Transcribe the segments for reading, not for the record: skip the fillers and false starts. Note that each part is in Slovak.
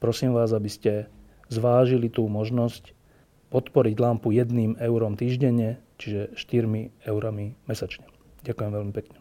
prosím vás, aby ste zvážili tú možnosť podporiť Lampu 1 eurom týždenne, čiže 4 eurami mesačne. Ďakujem veľmi pekne.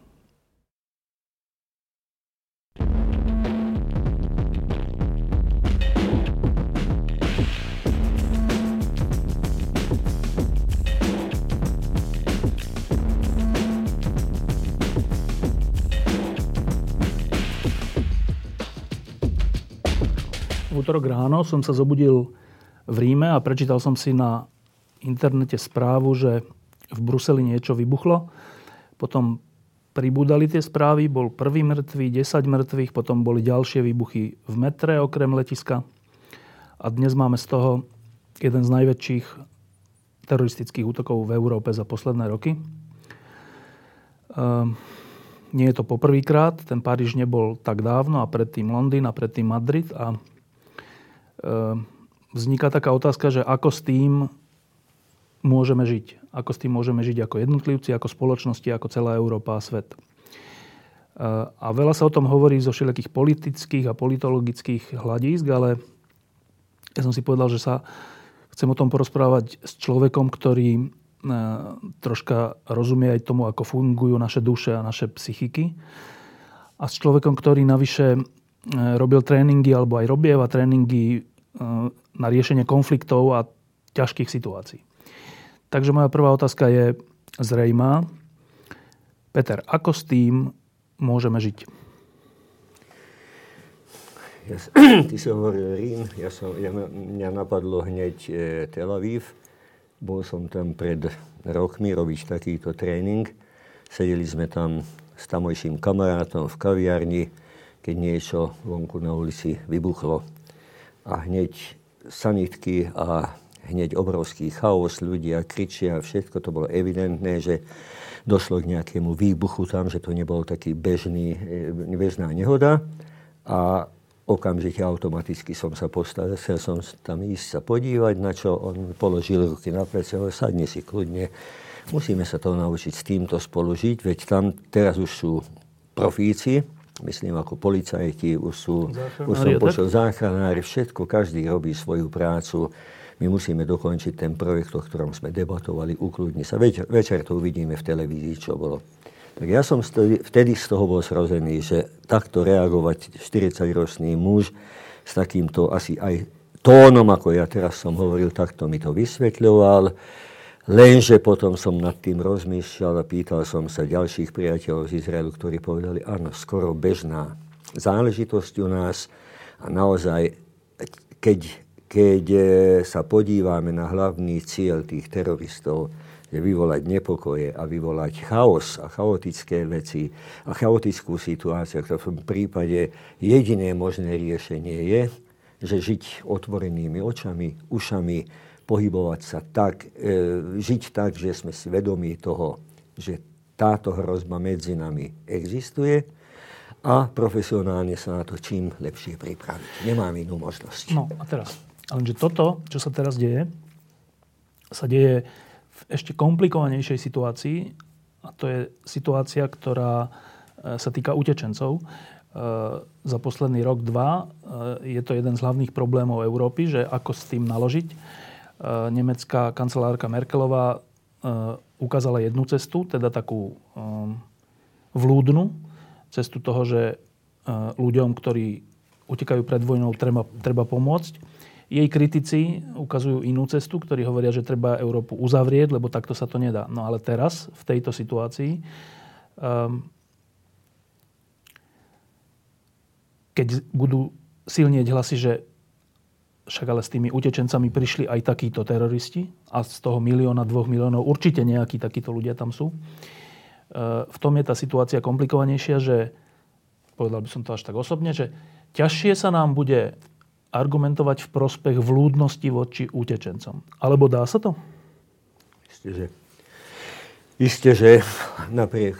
V útorok ráno som sa zobudil v Ríme a prečítal som si na internete správu, že v Bruseli niečo vybuchlo. Potom pribúdali tie správy, bol prvý mŕtvý, 10 mŕtvych, potom boli ďalšie výbuchy v metre okrem letiska. A dnes máme z toho jeden z najväčších teroristických útokov v Európe za posledné roky. Nie je to poprvýkrát, ten Paríž nebol tak dávno a predtým Londýn a predtým Madrid a vzniká taká otázka, že ako s tým môžeme žiť. Ako s tým môžeme žiť ako jednotlivci, ako spoločnosti, ako celá Európa a svet. A veľa sa o tom hovorí zo všelijakých politických a politologických hľadísk, ale ja som si povedal, že sa chcem o tom porozprávať s človekom, ktorý troška rozumie aj tomu, ako fungujú naše duše a naše psychiky. A s človekom, ktorý navyše robil tréningy, alebo aj robieva tréningy na riešenie konfliktov a ťažkých situácií. Takže moja prvá otázka je zrejmá. Peter, ako s tým môžeme žiť? Ty si hovoril Rím, mňa napadlo hneď Tel Aviv. Bol som tam pred rokmi robiť takýto tréning. Sedeli sme tam s tamojším kamarátom v kaviarni, keď niečo vonku na ulici vybuchlo. A hneď sanitky a hneď obrovský chaos, ľudia kričia, všetko to bolo evidentné, že došlo k nejakému výbuchu tam, že to nebol taký bežná nehoda. A okamžite automaticky som sa postavil, chcel som tam ísť sa podívať, na čo on položil ruky na plece, sadni si kľudne, musíme sa to naučiť s týmto spolu žiť, veď tam teraz už sú profíci, myslím ako policajti, už som počul záchranári, všetko, každý robí svoju prácu. My musíme dokončiť ten projekt, o ktorom sme debatovali, ukludni sa. Večer to uvidíme v televízii, čo bolo. Tak ja som vtedy z toho bol zrozený, že takto reagovať 40-ročný muž s takýmto asi aj tónom, ako ja teraz som hovoril, takto mi to vysvetľoval. Lenže potom som nad tým rozmýšľal a pýtal som sa ďalších priateľov z Izraelu, ktorí povedali, áno, skoro bežná záležitosť u nás. A naozaj, keď sa podívame na hlavný cieľ tých teroristov, že vyvolať nepokoje a vyvolať chaos a chaotické veci a chaotickú situáciu, v tom prípade jediné možné riešenie je, že žiť otvorenými očami, ušami, pohybovať sa tak, žiť tak, že sme si vedomí toho, že táto hrozba medzi nami existuje a profesionálne sa na to čím lepšie pripraviť. Nemám inú možnosť. No a teraz, lenže toto, čo sa teraz deje, sa deje v ešte komplikovanejšej situácii a to je situácia, ktorá sa týka utečencov. Za posledný rok, 2 je to jeden z hlavných problémov Európy, že ako s tým naložiť. Nemecká kancelárka Merkelová ukázala jednu cestu, teda takú vľúdnu cestu toho, že ľuďom, ktorí utekajú pred vojnou, treba pomôcť. Jej kritici ukazujú inú cestu, ktorí hovoria, že treba Európu uzavrieť, lebo takto sa to nedá. No ale teraz, v tejto situácii, keď budú silnieť hlasy, že však ale s tými utečencami prišli aj takíto teroristi a z toho 1 milióna, 2 miliónov určite nejakí takíto ľudia tam sú. V tom je tá situácia komplikovanejšia, že povedal by som to až tak osobne, že ťažšie sa nám bude argumentovať v prospech vľúdnosti voči utečencom. Alebo dá sa to? Isté, že napriek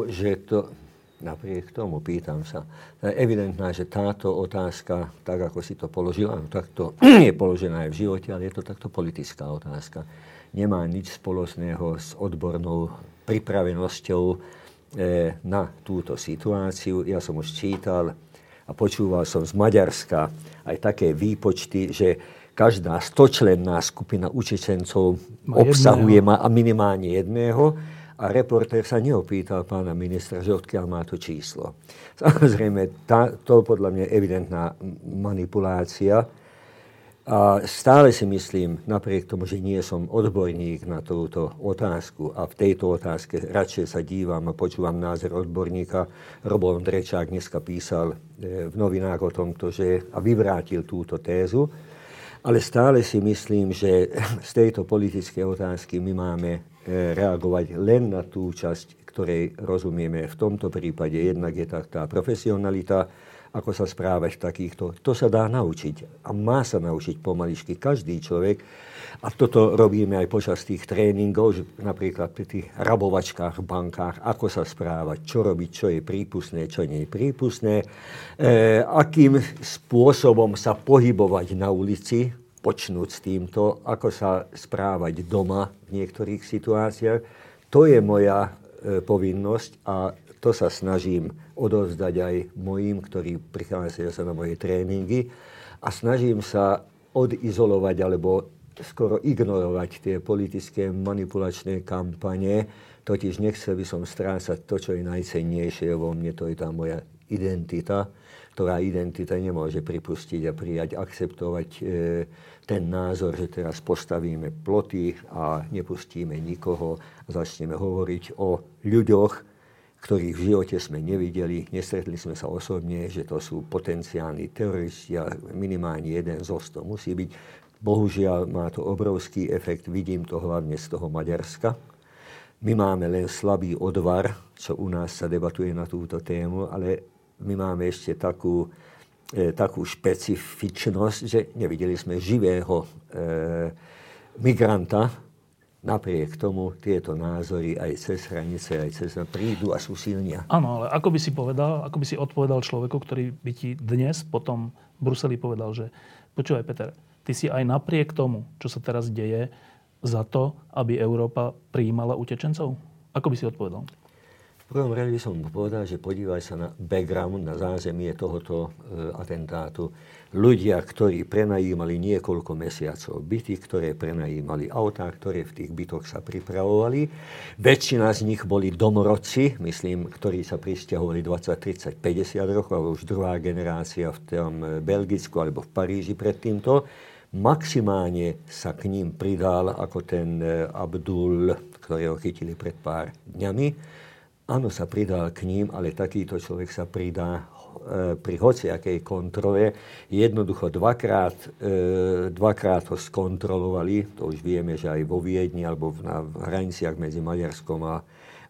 tomu pýtam sa. Je evidentná, že táto otázka, tak ako si to položil, takto je položená aj v živote, ale je to takto politická otázka. Nemá nič spoločného s odbornou pripravenosťou na túto situáciu. Ja som už čítal a počúval som z Maďarska aj také výpočty, že každá 100-členná skupina utečencov obsahuje minimálne jedného a reportér sa neopýtal pána ministra, že odkiaľ má to číslo. Samozrejme, to podľa mňa je evidentná manipulácia. A stále si myslím, napriek tomu, že nie som odborník na túto otázku a v tejto otázke radšej sa dívam a počúvam názor odborníka. Robo Ondrejčák dneska písal v novinách o tomto, a vyvrátil túto tézu. Ale stále si myslím, že z tejto politickej otázky my máme reagovať len na tú časť, ktorej rozumieme v tomto prípade. Jednak je tá profesionalita, ako sa správať v takýchto. To sa dá naučiť a má sa naučiť pomaličky každý človek. A toto robíme aj počas tých tréningov, že napríklad pri tých rabovačkách v bankách, ako sa správať, čo robiť, čo je prípustné, čo nie je prípustné, akým spôsobom sa pohybovať na ulici, počnúť s týmto, ako sa správať doma v niektorých situáciách. To je moja povinnosť a to sa snažím odovzdať aj mojim, ktorí prichádzajú sa na moje tréningy a snažím sa odizolovať alebo skoro ignorovať tie politické manipulačné kampane, totiž nechcel by som strácať to, čo je najcennejšie vo mne, to je tá moja identita, ktorá identita nemôže pripustiť a prijať, akceptovať ten názor, že teraz postavíme ploty a nepustíme nikoho a začneme hovoriť o ľuďoch, ktorých v živote sme nevideli, nestretli sme sa osobne, že to sú potenciálni teroristi a minimálne jeden zo 100 musí byť. Bohužiaľ má to obrovský efekt, vidím to hlavne z toho Maďarska. My máme len slabý odvar, čo u nás sa debatuje na túto tému, ale my máme ešte takú špecifičnosť, že nevideli sme živého migranta. Napriek tomu tieto názory aj cez hranice, aj cez prídu a sú silnia. Áno, ale ako by si odpovedal človeku, ktorý by ti dnes potom v Bruseli povedal, že počúvaj Peter, ty si aj napriek tomu, čo sa teraz deje, za to, aby Európa prijímala utečencov? Ako by si odpovedal? V prvom rade by som mu povedal, že podívaj sa na background, na zázemie tohoto atentátu. Ľudia, ktorí prenajímali niekoľko mesiacov byty, ktoré prenajímali autá, ktoré v tých bytoch sa pripravovali. Väčšina z nich boli domorodci, myslím, ktorí sa prisťahovali 20, 30, 50 rokov, alebo už druhá generácia v tom Belgicku alebo v Paríži pred týmto. Maximálne sa k ním pridal ako ten Abdul, ktorého chytili pred pár dňami. Áno, sa pridal k ním, ale takýto človek sa pridá pri hociakej kontrole. Jednoducho dvakrát ho skontrolovali, to už vieme, že aj vo Viedni alebo na hraniciach medzi Maďarskom a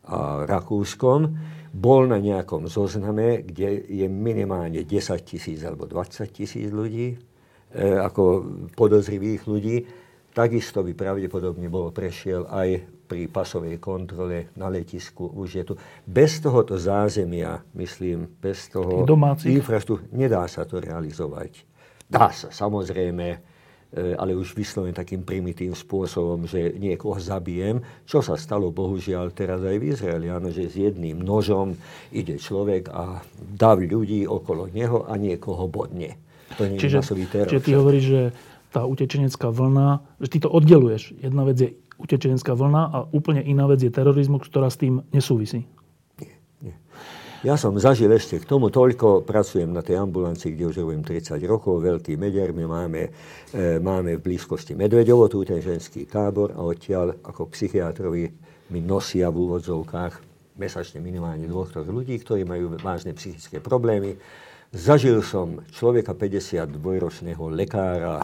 Rakúskom. Bol na nejakom zozname, kde je minimálne 10 000 alebo 20 000 ľudí, ako podozrivých ľudí. Takisto by pravdepodobne prešiel aj pri pasovej kontrole na letisku. Už je tu. Bez tohoto zázemia, myslím, bez toho infraštruktúry, nedá sa to realizovať. Dá sa, samozrejme, ale už vyslovene takým primitívnym spôsobom, že niekoho zabijem, čo sa stalo bohužiaľ teraz aj v Izraeli, áno, že s jedným nožom ide človek a dav ľudí okolo neho a niekoho bodne. To nie je masový teror. Čiže ty hovoríš, že tá utečenecká vlna, že ty to oddeluješ. Jedna vec je utečenecká vlna a úplne iná vec je terorizmus, ktorá s tým nesúvisí. Nie. Ja som zažil ešte k tomu toľko, pracujem na tej ambulancii, kde už robím 30 rokov, Veľký Medier, my máme v blízkosti Medveďovo, tu ten ženský tábor a odtiaľ ako psychiatrovi mi nosia v úvodzovkách mesačne minimálne 2-3 ľudí, ktorí majú vážne psychické problémy. Zažil som človeka 52-ročného lekára,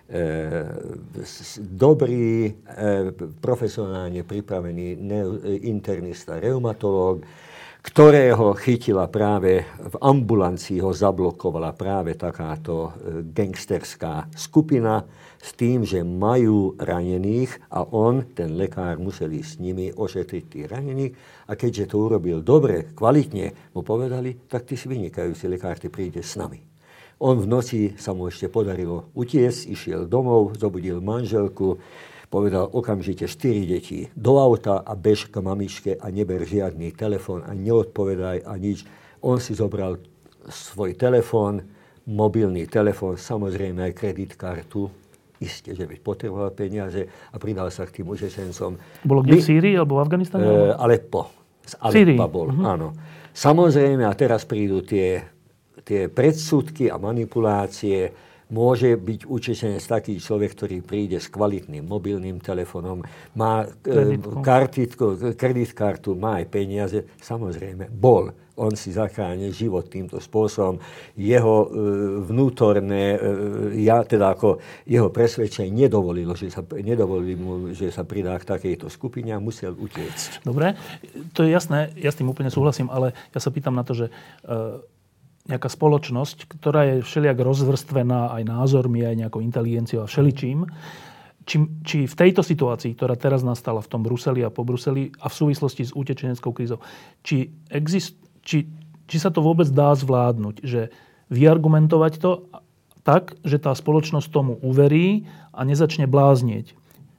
dobrý, profesionálne pripravený internista, reumatológ, ktorého chytila práve v ambulancii, ho zablokovala práve takáto gangsterská skupina s tým, že majú ranených a on, ten lekár, musel ísť s nimi ošetriť tých ranených a keďže to urobil dobre, kvalitne, mu povedali, tak ty si vynikajúci lekár, ty prídeš s nami. On v noci sa mu ešte podarilo utiesť, išiel domov, zobudil manželku, povedal okamžite 4 deti do auta a bež k mamičke a neber žiadny telefón a neodpovedaj a nič. On si zobral svoj telefón, mobilný telefón, samozrejme aj kreditkartu. Isté, že by potreboval peniaze a pridal sa k tým utečencom. Bolo kde v Sýrii alebo v Afganistane? Aleppo. Z Aleppa bol, áno. Samozrejme, a teraz prídu tie predsudky a manipulácie. Môže byť utečenec taký človek, ktorý príde s kvalitným mobilným telefónom, má kreditkartu, má aj peniaze. Samozrejme, on si zachránil život týmto spôsobom. Jeho vnútorné, jeho presvedčenie nedovolilo mu, že sa pridá k takejto skupine a musel utiecť. Dobre, to je jasné, ja s tým úplne súhlasím, ale ja sa pýtam na to, že nejaká spoločnosť, ktorá je všelijak rozvrstvená aj názormi, aj nejakou inteligenciou a všeličím, či v tejto situácii, ktorá teraz nastala v tom Bruseli a po Bruseli a v súvislosti s utečeneckou krízou, či sa to vôbec dá zvládnuť, že vyargumentovať to tak, že tá spoločnosť tomu uverí a nezačne bláznieť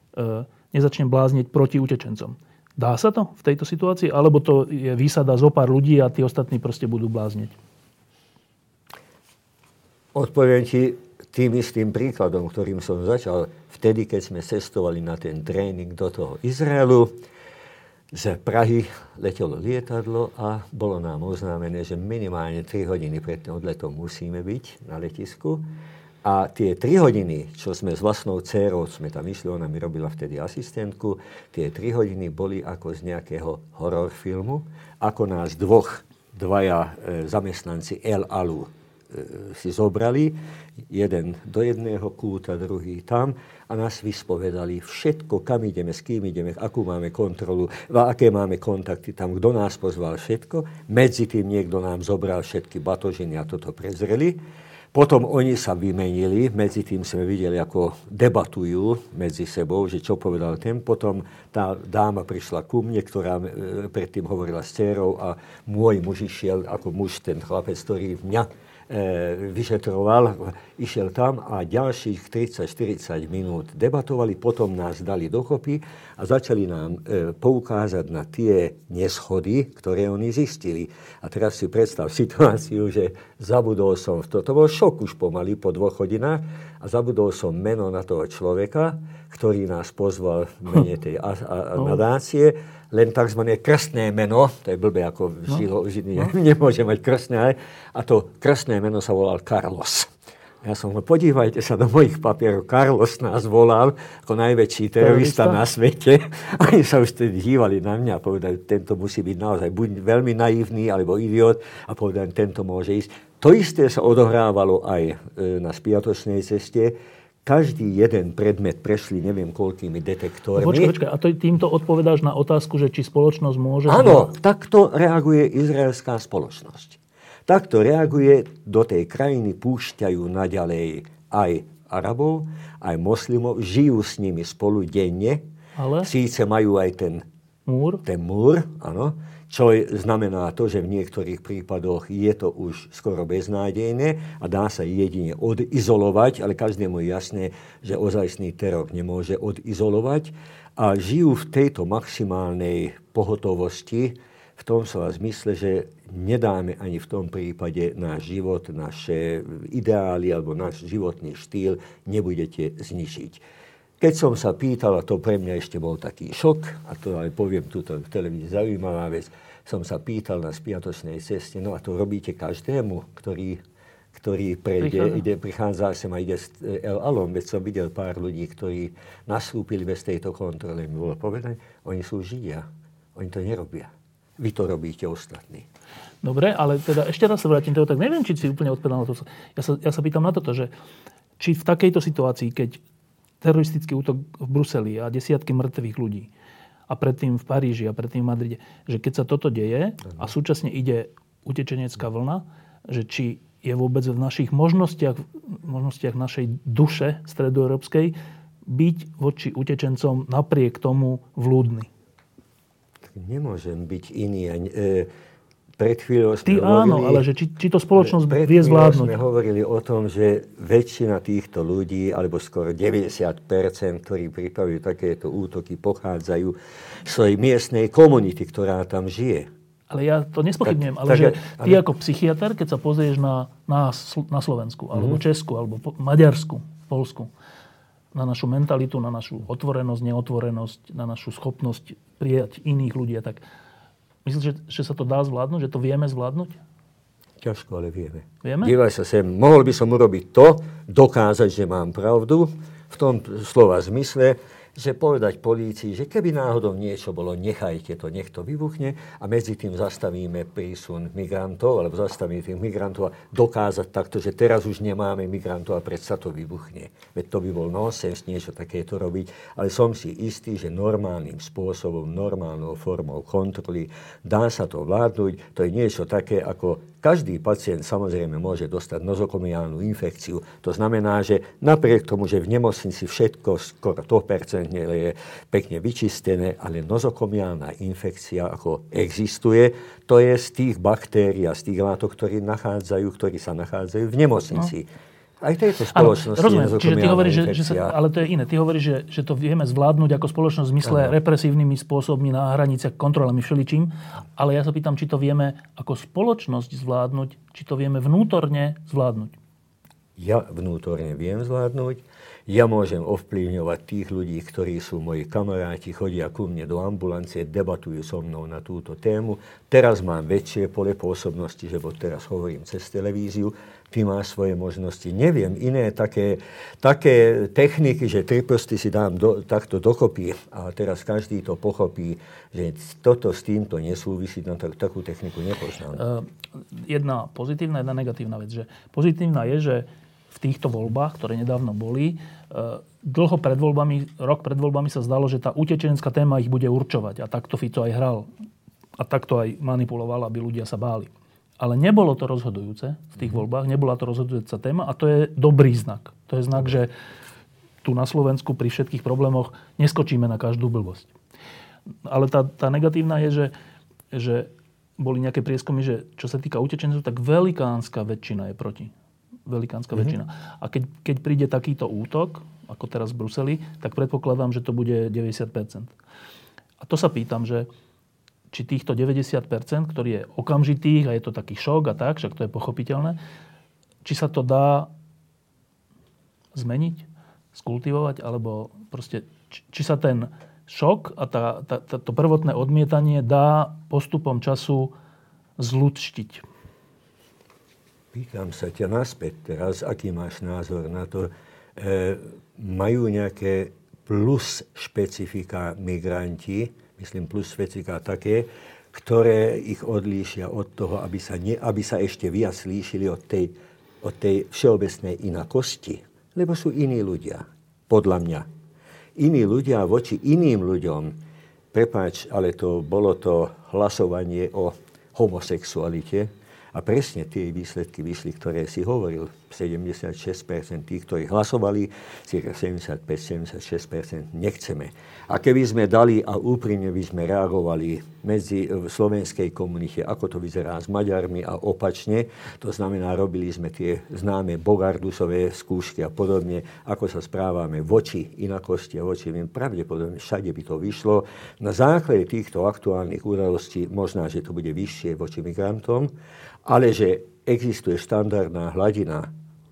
proti utečencom. Dá sa to v tejto situácii? Alebo to je výsada zo pár ľudí a tí ostatní proste budú bláznieť? Odpoviem ti tým istým príkladom, ktorým som začal vtedy, keď sme cestovali na ten tréning do toho Izraelu. Z Prahy letelo lietadlo a bolo nám oznámené, že minimálne 3 hodiny pred tým odletom musíme byť na letisku. A tie 3 hodiny, čo sme s vlastnou dcérou, sme tam išli, ona mi robila vtedy asistentku, tie 3 hodiny boli ako z nejakého horor filmu, ako nás dvaja zamestnanci El Alu si zobrali, jeden do jedného kúta, druhý tam a nás vyspovedali všetko, kam ideme, s kým ideme, akú máme kontrolu, aké máme kontakty tam, kto nás pozval, všetko. Medzi tým niekto nám zobral všetky batožiny a toto prezreli. Potom oni sa vymenili, medzi tým sme videli, ako debatujú medzi sebou, že čo povedal ten. Potom tá dáma prišla ku mne, ktorá predtým hovorila s dcerou a môj muž išiel, ako muž, ten chlapec, ktorý mňa vyšetroval, išiel tam a ďalších 30-40 minút debatovali, potom nás dali dokopy a začali nám poukázať na tie neschody, ktoré oni zistili. A teraz si predstav situáciu, že zabudol som, to bol šok už pomaly po 2 hodinách, a zabudol som meno na toho človeka, ktorý nás pozval v mene tej nadácie, len tzv. Krstné meno, to je blbé, ako Židí nemôže mať krstné, a to krstné meno sa volal Carlos. Ja som ho, podívajte sa do mojich papierov, Carlos nás volal ako najväčší terorista na svete. Oni sa už tedy dívali na mňa a povedali, tento musí byť naozaj buď veľmi naivný, alebo idiot, a povedali, tento môže ísť. To isté sa odohrávalo aj na spiatočnej ceste. Každý jeden predmet prešli neviem koľkými detektormi. Počkaj, a to týmto odpovedáš na otázku, že či spoločnosť môže... Áno, takto reaguje izraelská spoločnosť. Takto reaguje, do tej krajiny púšťajú naďalej aj Arabov, aj moslimov, žijú s nimi spolu denne. Ale? Síce majú aj ten múr, áno. Čo znamená to, že v niektorých prípadoch je to už skoro beznádejné a dá sa jedine odizolovať, ale každému je jasné, že ozajstný teror nemôže odizolovať. A žijú v tejto maximálnej pohotovosti, v tom slova zmysle, že nedáme ani v tom prípade náš život, naše ideály alebo náš životný štýl nebudete zničiť. Keď som sa pýtal, a to pre mňa ešte bol taký šok, a to aj poviem túto v televízii zaujímavá vec, som sa pýtal na spiatočnej ceste, no a to robíte každému, ktorý prichádza sem a ide s El Alom, veď som videl pár ľudí, ktorí nastúpili bez tejto kontroly. Mi bolo povedané, oni sú Židia, oni to nerobia. Vy to robíte ostatní. Dobre, ale teda ešte raz sa vrátim, tak neviem, či si úplne odpovedal na to. Ja sa pýtam na toto, že či v takejto situácii, keď teroristický útok v Bruseli a desiatky mŕtvych ľudí a predtým v Paríži a predtým v Madride, že keď sa toto deje a súčasne ide utečenecká vlna, že či je vôbec v našich možnostiach našej duše stredoeurópskej byť voči utečencom napriek tomu vľúdny. Nemôžem byť iný. Pred chvíľou sme hovorili... ale že či to spoločnosť vie zvládnuť. Sme hovorili o tom, že väčšina týchto ľudí, alebo skoro 90%, ktorí pripravujú takéto útoky, pochádzajú z svojej miestnej komunity, ktorá tam žije. Ale ja to nespochybňujem, ale že ty ako psychiatr, keď sa pozrieš na Slovensku, alebo Česku, alebo Maďarsku, Poľsku, na našu mentalitu, na našu otvorenosť, neotvorenosť, na našu schopnosť prijať iných ľudí, tak myslíš, že sa to dá zvládnuť? Že to vieme zvládnuť? Ťažko, ale vieme. Vieme? Dívaj sa sem. Mohol by som urobiť to, dokázať, že mám pravdu, v tom slova zmysle, že povedať polícii, že keby náhodou niečo bolo, nechajte to, nech to vybuchne a medzi tým zastavíme prísun migrantov, alebo zastavíme tých migrantov a dokázať takto, že teraz už nemáme migrantov a predsa to vybuchne. Veď to by bol nonsens niečo takéto robiť, ale som si istý, že normálnym spôsobom, normálnou formou kontroly dá sa to vládnuť. To je niečo také, ako každý pacient samozrejme môže dostať nozokomiálnu infekciu. To znamená, že napriek tomu, že v nemocnici všetko skoro 100% je pekne vyčistené, ale nozokomiálna infekcia ako existuje, to je z tých baktérií a z tých látok, ktorí sa nachádzajú v nemocnici. Aj v tejto spoločnosti rozumiem, je čiže ty hovoríš, infekcia. ale to je iné. Ty hovoríš, že to vieme zvládnuť ako spoločnosť v zmysle represívnymi spôsobmi na hraniciach, kontrolami, všeličím, ale ja sa pýtam, či to vieme ako spoločnosť zvládnuť, či to vieme vnútorne zvládnuť. Ja vnútorne viem zvládnuť. Ja môžem ovplyvňovať tých ľudí, ktorí sú moji kamaráti, chodia ku mne do ambulancie, debatujú so mnou na túto tému. Teraz mám väčšie pole pôsobnosti, že teraz hovorím cez televíziu. Ty máš svoje možnosti. Neviem, iné také techniky, že 3 prsty si dám takto dokopy a teraz každý to pochopí, že toto s týmto nesúvisí, no takú techniku nepoznám. Jedna pozitívna, jedna negatívna vec. Že pozitívna je, že v týchto voľbách, ktoré nedávno boli, rok pred voľbami sa zdalo, že tá utečenská téma ich bude určovať. A takto Fico aj hral. A takto aj manipuloval, aby ľudia sa báli. Ale nebolo to rozhodujúce v tých voľbách, nebola to rozhodujúca téma a to je dobrý znak. To je znak, že tu na Slovensku pri všetkých problémoch neskočíme na každú blbosť. Ale tá negatívna je, že boli nejaké prieskumy, že čo sa týka utečencov, tak velikánska väčšina je proti. Velikánska väčšina. A keď príde takýto útok, ako teraz v Bruseli, tak predpokladám, že to bude 90%. A to sa pýtam, že či týchto 90%, ktorý je okamžitých a je to taký šok a tak, však to je pochopiteľné, či sa to dá zmeniť, skultivovať, alebo proste, či sa ten šok a to prvotné odmietanie dá postupom času zľudštiť. Pýtam sa ťa naspäť teraz, aký máš názor na to. Majú nejaké plus špecifika migranti, myslím plus špecifika také, ktoré ich odlíšia od toho, aby sa ešte viac líšili od tej všeobecnej inakosti. Lebo sú iní ľudia, podľa mňa. Iní ľudia voči iným ľuďom. Prepáč, ale bolo to hlasovanie o homosexualite. A presne tie výsledky vyšli, ktoré si hovoril. 76% tých, ktorí hlasovali, cirka 75-76% nechceme. A keby sme dali a úprimne by sme reagovali v slovenskej komunite, ako to vyzerá s Maďarmi a opačne, to znamená, robili sme tie známe Bogardusové skúšky a podobne, ako sa správame voči inakosti a voči pravdepodobne všade by to vyšlo. Na základe týchto aktuálnych udalostí možná, že to bude vyššie voči migrantom, ale že existuje štandardná hladina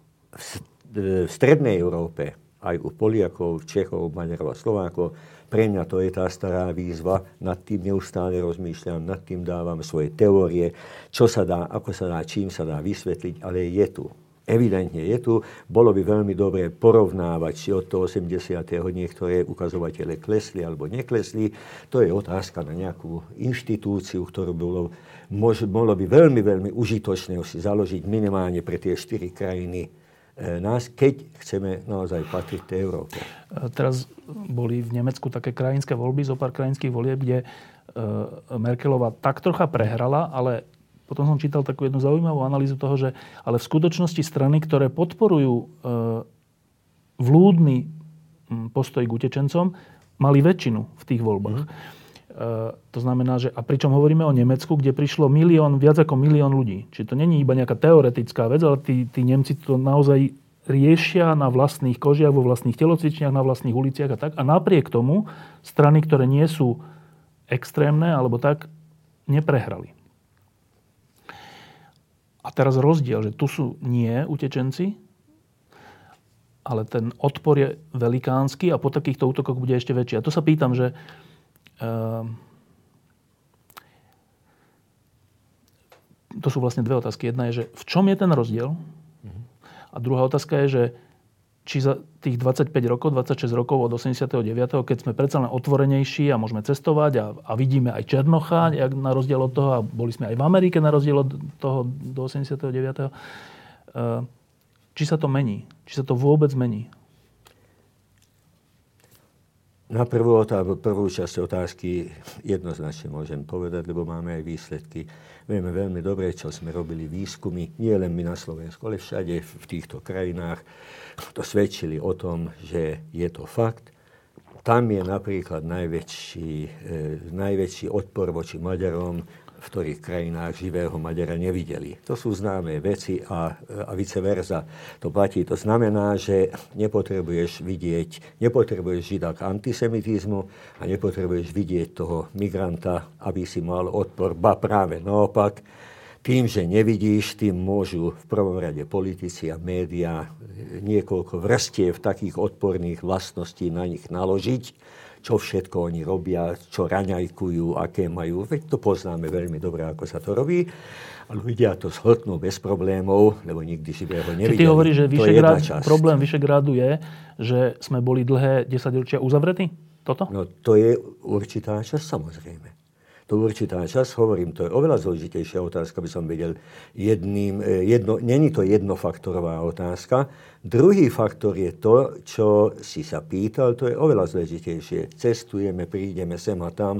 v strednej Európe, aj u Poliakov, Čechov, Maďarov a Slovákov, pre mňa to je tá stará výzva, nad tým neustále rozmýšľam, nad tým dávam svoje teórie, čo sa dá, ako sa dá, čím sa dá vysvetliť, ale je tu. Evidentne je tu. Bolo by veľmi dobré porovnávať, či od toho 80. niektoré ukazovatele klesli alebo neklesli. To je otázka na nejakú inštitúciu, ktorú bolo by veľmi, veľmi užitočné si založiť minimálne pre tie 4 krajiny nás, keď chceme naozaj patriť tej Európe. Teraz boli v Nemecku také krajinské voľby, zo pár krajinských volieb, kde Merkelová tak trocha prehrala, ale potom som čítal takú jednu zaujímavú analýzu toho, že ale v skutočnosti strany, ktoré podporujú vľúdny postoj k utečencom, mali väčšinu v tých voľbách. To znamená, že a pričom hovoríme o Nemecku, kde prišlo viac ako milión ľudí. Čiže to není iba nejaká teoretická vec, ale tí Nemci to naozaj riešia na vlastných kožiach, vo vlastných telocvičniach, na vlastných uliciach a tak. A napriek tomu strany, ktoré nie sú extrémne alebo tak, neprehrali. A teraz rozdiel, že tu sú nie utečenci, ale ten odpor je velikánsky a po takýchto útokoch bude ešte väčší. A to sa pýtam, že to sú vlastne dve otázky. Jedna je, že v čom je ten rozdiel? A druhá otázka je, že či za tých 25 rokov, 26 rokov od 89., keď sme predsa len otvorenejší a môžeme cestovať a vidíme aj Černocha, na rozdiel od toho, a boli sme aj v Amerike na rozdiel od toho do 89., či sa to mení? Či sa to vôbec mení? Na prvú časť otázky jednoznačne môžem povedať, lebo máme aj výsledky. Vieme veľmi dobre, čo sme robili výskumy, nie len my na Slovensku, ale všade v týchto krajinách. To svedčili o tom, že je to fakt. Tam je napríklad najväčší odpor voči Maďarom, v ktorých krajinách živého Maďara nevideli. To sú známe veci a vice versa. To platí. To znamená, že nepotrebuješ žiť k antisemitizmu a nepotrebuješ vidieť toho migranta, aby si mal odpor. Ba práve naopak. Tým, že nevidíš, tým môžu v prvom rade politici a médiá niekoľko vrstiev takých odporných vlastností na nich naložiť, čo všetko oni robia, čo raňajkujú, aké majú. Veď to poznáme veľmi dobre, ako sa to robí. A ľudia to zhltnú bez problémov, lebo nikdy živého nevideli. Ty hovoríš, že problém Vyšegrádu je, že sme boli dlhé 10 ročia uzavretí? Toto? No to je určitá časť, samozrejme. To určitá časť, hovorím, to je oveľa zložitejšia otázka, by som vedel. Není to jednofaktorová otázka. Druhý faktor je to, čo si sa pýtal, to je oveľa zložitejšie. Cestujeme, prídeme sem a tam,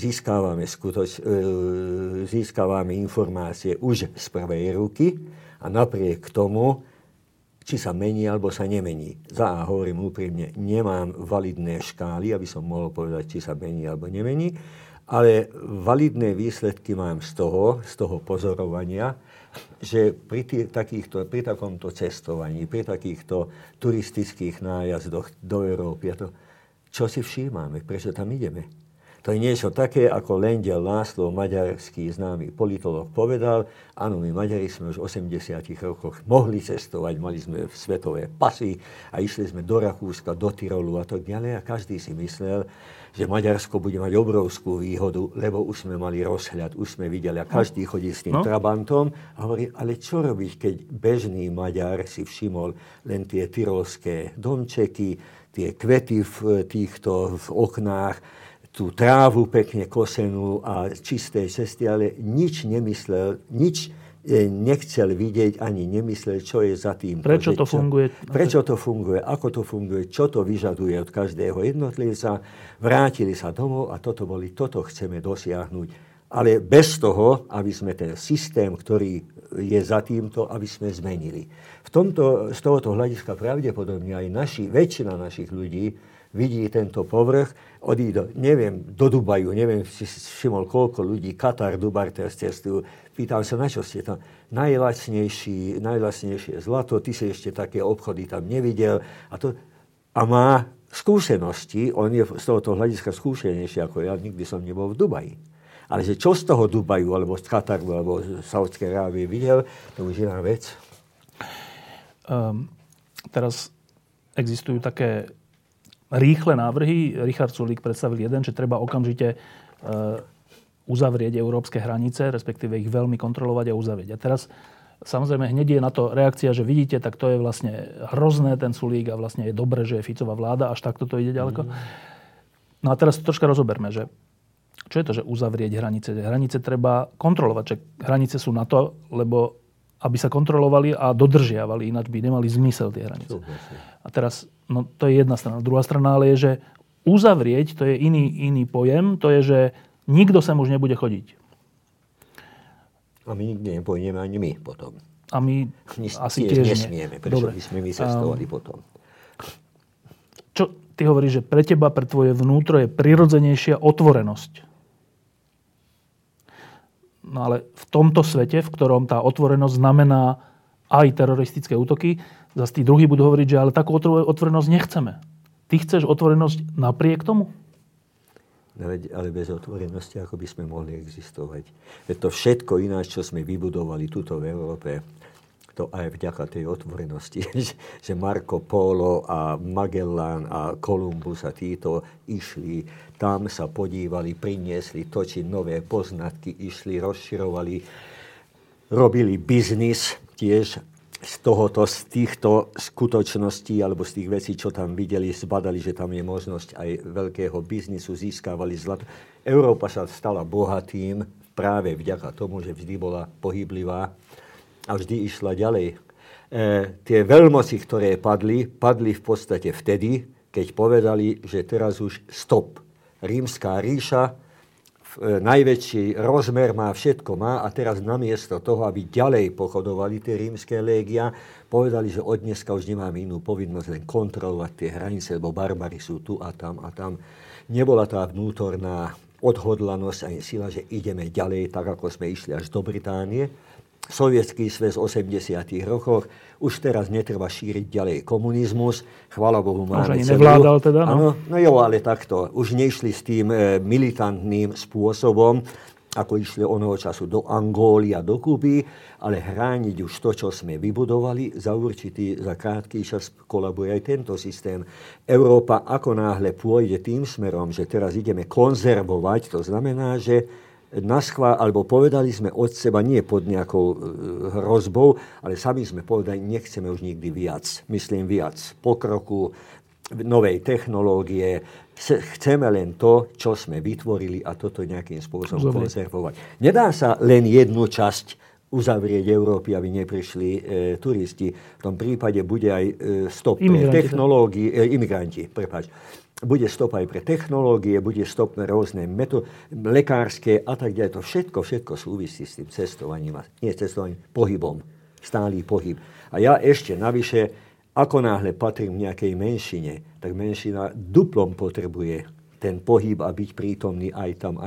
získavame informácie už z prvej ruky a napriek tomu, či sa mení alebo sa nemení. Hovorím úprimne, nemám validné škály, aby som mohol povedať, či sa mení alebo nemení. Ale validné výsledky mám z toho pozorovania, že pri takomto cestovaní, pri takýchto turistických nájazdoch do Európy, čo si všímame, prečo tam ideme? To je niečo také, ako Lendel László, maďarský známy politológ, povedal, áno, my Maďari sme už v 80 rokoch mohli cestovať, mali sme svetové pasy a išli sme do Rakúska, do Tyrolu a tak ďalej a každý si myslel, že Maďarsko bude mať obrovskú výhodu, lebo už sme mali rozhľad, už sme videli a každý chodí s tým trabantom a hovorí, ale čo robiť, keď bežný Maďar si všimol len tie tyrolské domčeky, tie kvety v oknách, tú trávu pekne kosenú a čisté cesty, ale nič nemyslel, nič nechcel vidieť, ani nemyslel, čo je za tým. Prečo to funguje? Prečo to funguje, ako to funguje, čo to vyžaduje od každého jednotlivca. Vrátili sa domov a toto chceme dosiahnuť. Ale bez toho, aby sme ten systém, ktorý je za týmto, aby sme zmenili. Z tohoto hľadiska pravdepodobne aj väčšina našich ľudí vidí tento povrch, odídu, do Dubaju, neviem, si všimol, koľko ľudí, Katar, Dubaj teraz cestujú. Pýtam sa, na čo ste tam? Najlacnejšie zlato, ty si ešte také obchody tam nevidel. A má skúsenosti, on je z tohoto hľadiska skúsenejší ako ja, nikdy som nebol v Dubaji. Ale že čo z toho Dubaju, alebo z Kataru, alebo z Saudskej Arábie videl, to už iná vec. Teraz existujú také rýchle návrhy. Richard Sulík predstavil jeden, že treba okamžite uzavrieť európske hranice, respektíve ich veľmi kontrolovať a uzavrieť. A teraz samozrejme hneď je na to reakcia, že vidíte, tak to je vlastne hrozné ten Sulík a vlastne je dobré, že je Ficová vláda, až takto to ide ďaleko. No a teraz troška rozoberme, že čo je to, že uzavrieť hranice? Hranice treba kontrolovať, že hranice sú na to, lebo aby sa kontrolovali a dodržiavali, ináč by nemali zmysel tie hranice. A teraz, no to je jedna strana. Druhá strana ale je, že uzavrieť, to je iný pojem, to je, že nikto sem už nebude chodiť. A my nikde nepôjdeme ani my potom. A my asi tiež nesmieme. Prečo by sme vycestovali potom? Čo ty hovoríš, že pre teba, pre tvoje vnútro je prirodzenejšia otvorenosť? No ale v tomto svete, v ktorom tá otvorenosť znamená aj teroristické útoky, zase tí druhí budú hovoriť, že ale takú otvorenosť nechceme. Ty chceš otvorenosť napriek tomu? Ale bez otvorenosti, ako by sme mohli existovať. Veď to všetko ináč, čo sme vybudovali tuto v Európe, to aj vďaka tej otvorenosti, že Marco Polo a Magellan a Kolumbus a títo išli, tam sa podívali, priniesli, točili nové poznatky, išli, rozširovali, robili biznis tiež z týchto skutočností alebo z tých vecí, čo tam videli, zbadali, že tam je možnosť aj veľkého biznisu, získavali zlato. Európa sa stala bohatým práve vďaka tomu, že vždy bola pohyblivá a vždy išla ďalej. Tie veľmoci, ktoré padli v podstate vtedy, keď povedali, že teraz už stop. Rímska ríša najväčší rozmer má, všetko má a teraz namiesto toho, aby ďalej pochodovali tie rímske légia, povedali, že od dneska už nemáme inú povinnosť len kontrolovať tie hranice, lebo barbari sú tu a tam a tam. Nebola tá vnútorná odhodlanosť ani sila, že ideme ďalej, tak ako sme išli až do Británie. Sovietský sväz v 80. rokoch, už teraz netreba šíriť ďalej komunizmus. Chvála Bohu, máme už ani nevládal teda, no? Áno, no jo, ale takto. Už nešli s tým militantným spôsobom, ako išli onoho času do Angóly a do Kuby, ale hrániť už to, čo sme vybudovali, za krátky čas kolabuje aj tento systém. Európa ako náhle pôjde tým smerom, že teraz ideme konzervovať, to znamená, že alebo povedali sme od seba, nie pod nejakou hrozbou, ale sami sme povedali, nechceme už nikdy viac. Myslím viac pokroku, novej technológie. Chceme len to, čo sme vytvorili a toto nejakým spôsobom konzervovať. Nedá sa len jednu časť uzavrieť Európy, aby neprišli turisti. V tom prípade bude aj stop pre technológie, imigranti, prepáč. Bude stop aj pre technológie, bude stop na rôzne lekárske a tak ďalej. To všetko súvisí s tým cestovaním. Nie cestovaním, pohybom. Stálý pohyb. A ja ešte navyše, ako náhle patrím nejakej menšine, tak menšina duplom potrebuje ten pohyb a byť prítomný aj tam.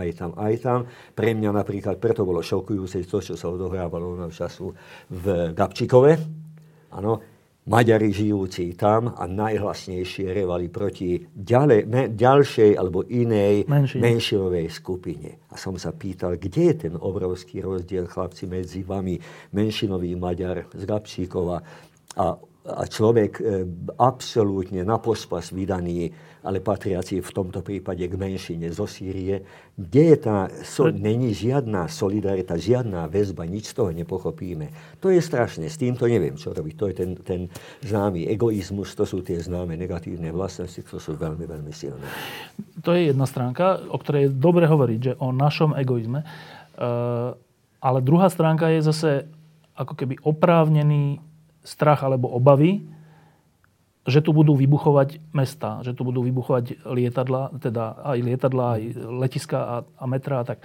Pre mňa napríklad, preto bolo šokujúce to, čo sa odohrávalo na času v Gabčíkove. Áno, Maďari žijúci tam a najhlasnejšie revali proti ďalšej alebo inej menšinovej skupine. A som sa pýtal, kde je ten obrovský rozdiel, chlapci, medzi vami, menšinový Maďar z Gabčíkova a človek absolútne na pospas vydaný, ale patriaci v tomto prípade k menšine zo Sýrie. Kde je tá... Není žiadna solidarita, žiadna väzba, nič z toho nepochopíme. To je strašné, s týmto neviem, čo robiť. To je ten známy egoizmus, to sú tie známe negatívne vlastnosti, ktoré sú veľmi, veľmi silné. To je jedna stránka, o ktorej je dobre hovoriť, že o našom egoizme. Ale druhá stránka je zase ako keby oprávnený strach alebo obavy, že tu budú vybuchovať mestá, že tu budú vybuchovať lietadlá, teda aj lietadlá, aj letiska a metra a tak.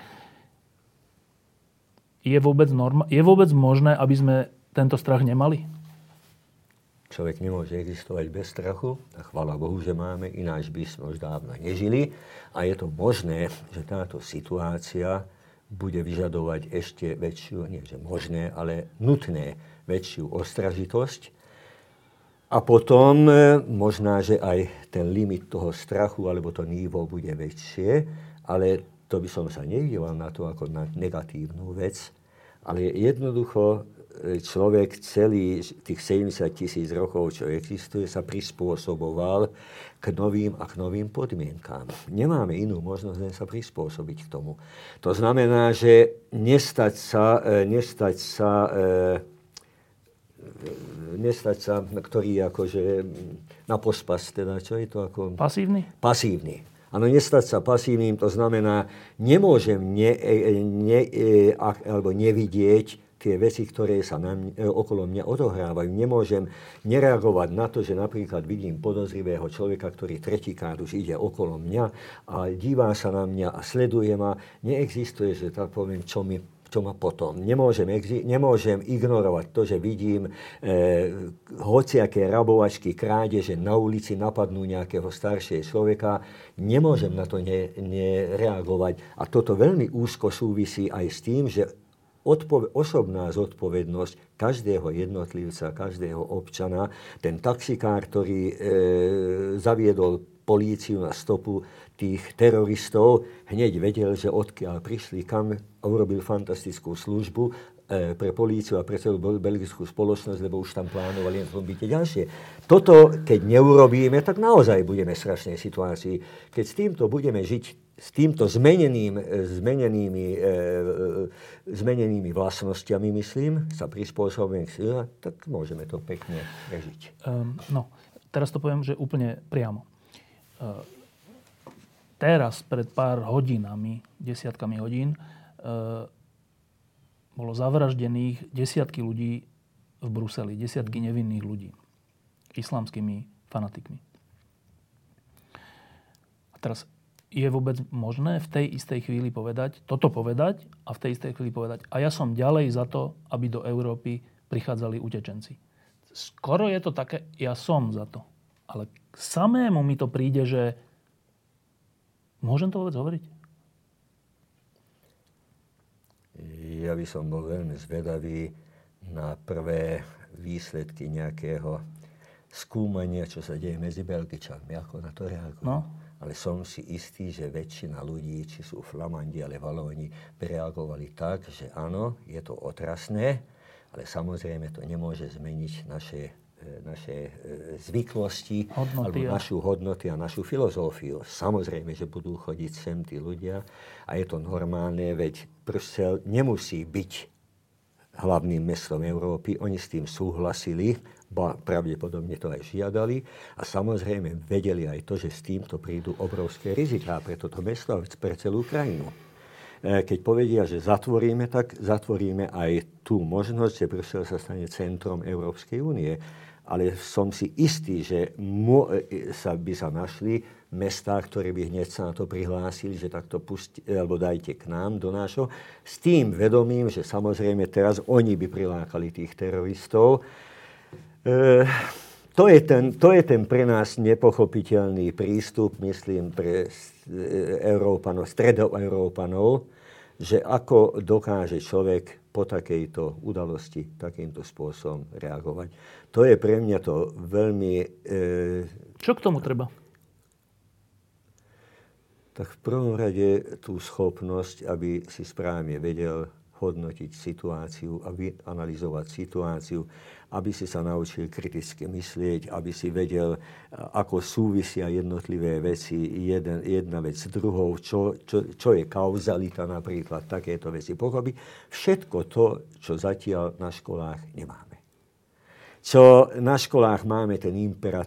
Je vôbec možné, aby sme tento strach nemali? Človek nemôže existovať bez strachu a chvála Bohu, že máme, ináč by sme už dávno nežili. A je to možné, že táto situácia bude vyžadovať ešte väčšiu, nie že možné, ale nutné väčšiu ostražitosť. A potom možná, že aj ten limit toho strachu alebo to nívo bude väčšie, ale to by som sa nedíval na to ako na negatívnu vec. Ale jednoducho človek celý tých 70 000 rokov, čo existuje, sa prispôsoboval k novým podmienkám. Nemáme inú možnosť, len sa prispôsobiť k tomu. To znamená, že nestať sa, ktorý akože na pospas, teda čo je to ako... Pasívny? Pasívny. Áno, nestať sa pasívnym, to znamená, nemôžem alebo nevidieť tie veci, ktoré sa okolo mňa odohrávajú. Nemôžem nereagovať na to, že napríklad vidím podozrivého človeka, ktorý tretíkrát už ide okolo mňa a dívá sa na mňa a sleduje ma. Neexistuje, že tak poviem, čo ma potom. Nemôžem ignorovať to, že vidím hociaké rabovačky, krádeže na ulici napadnú nejakého staršieho človeka. Nemôžem na to nereagovať. A toto veľmi úzko súvisí aj s tým, že osobná zodpovednosť každého jednotlivca, každého občana, ten taxikár, ktorý zaviedol políciu na stopu tých teroristov, hneď vedel, že odkiaľ prišli, kam, urobil fantastickú službu pre políciu a pre celú belgickú spoločnosť, lebo už tam plánovali na tom byť ďalšie. Toto, keď neurobíme, tak naozaj budeme v strašnej situácii. Keď s týmto budeme žiť, s týmto zmenenými vlastnosťami, myslím, sa prispôsobíme k sile, tak môžeme to pekne prežiť. No, teraz to poviem, že úplne priamo. Teraz, pred pár hodinami, desiatkami hodín, bolo zavraždených desiatky ľudí v Bruseli, desiatky nevinných ľudí, islamskými fanatikmi. A teraz je vôbec možné v tej istej chvíli toto povedať a v tej istej chvíli povedať, a ja som ďalej za to, aby do Európy prichádzali utečenci. Skoro je to také, ja som za to. Ale samému mi to príde, že môžem to vôbec hovoriť? Ja by som bol veľmi zvedavý na prvé výsledky nejakého skúmania, čo sa deje medzi Belgičanmi, ako na to reagujú. No. Ale som si istý, že väčšina ľudí, či sú Flamandi, ale Valóni, reagovali tak, že áno, je to otrasné, ale samozrejme to nemôže zmeniť naše zvyklosti, alebo našu hodnoty a našu filozófiu. Samozrejme, že budú chodiť sem tí ľudia a je to normálne, veď Brusel nemusí byť hlavným mestom Európy. Oni s tým súhlasili, pravdepodobne to aj žiadali a samozrejme vedeli aj to, že s týmto prídu obrovské riziká pre toto mesto a pre celú krajinu. Keď povedia, že zatvoríme, tak zatvoríme aj tú možnosť, že Brusel sa stane centrom Európskej únie. Ale som si istý, že by sa našli mestá, ktoré by hneď sa na to prihlásili, že takto alebo dajte k nám do nášho. S tým vedomím, že samozrejme teraz oni by prilákali tých teroristov. To je ten pre nás nepochopiteľný prístup, myslím, pre stredoeurópanov, že ako dokáže človek po takejto udalosti takýmto spôsobom reagovať. To je pre mňa to veľmi... Čo k tomu treba? Tak v prvom rade tú schopnosť, aby si správne vedel hodnotiť situáciu, aby analyzovať situáciu, aby si sa naučil kriticky myslieť, aby si vedel, ako súvisia jednotlivé veci, jedna vec s druhou, čo je kauzalita napríklad, takéto veci pochopiť. Všetko to, čo zatiaľ na školách nemáme. Čo na školách máme ten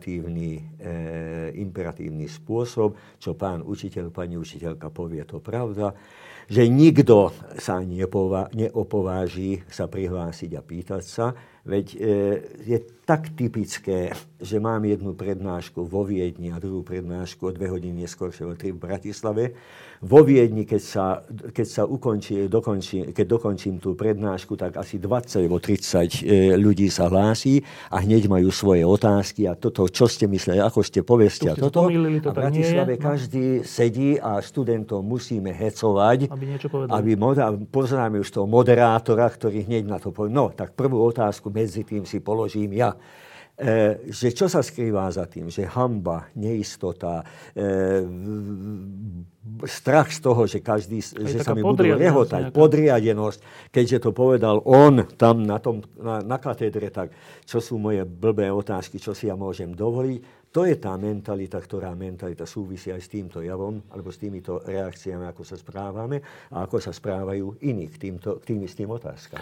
imperatívny spôsob, čo pán učiteľ, pani učiteľka povie to pravda, že nikto sa neopováži sa prihlásiť a pýtať sa, veď je tak typické, že mám jednu prednášku vo Viedni a druhú prednášku o 2 hodiny neskôršie o 3 v Bratislave. Vo Viedni, keď dokončím tú prednášku, tak asi 20 alebo 30 ľudí sa hlási a hneď majú svoje otázky a toto, čo ste mysleli, ako ste povestia toto. A v Bratislave každý sedí a študentov musíme hecovať, aby pozeráme už toho moderátora, ktorý hneď na to povie. No, tak prvú otázku medzi tým si položím ja. Že čo sa skrývá za tým? Že hanba, neistota, strach z toho, že sa mi budú rehotať, podriadenosť. Keďže to povedal on tam na katedre, tak čo sú moje blbé otázky, čo si ja môžem dovoliť? To je tá mentalita, ktorá súvisí aj s týmto javom, alebo s týmito reakciami, ako sa správame a ako sa správajú iní k tým istým otázkam.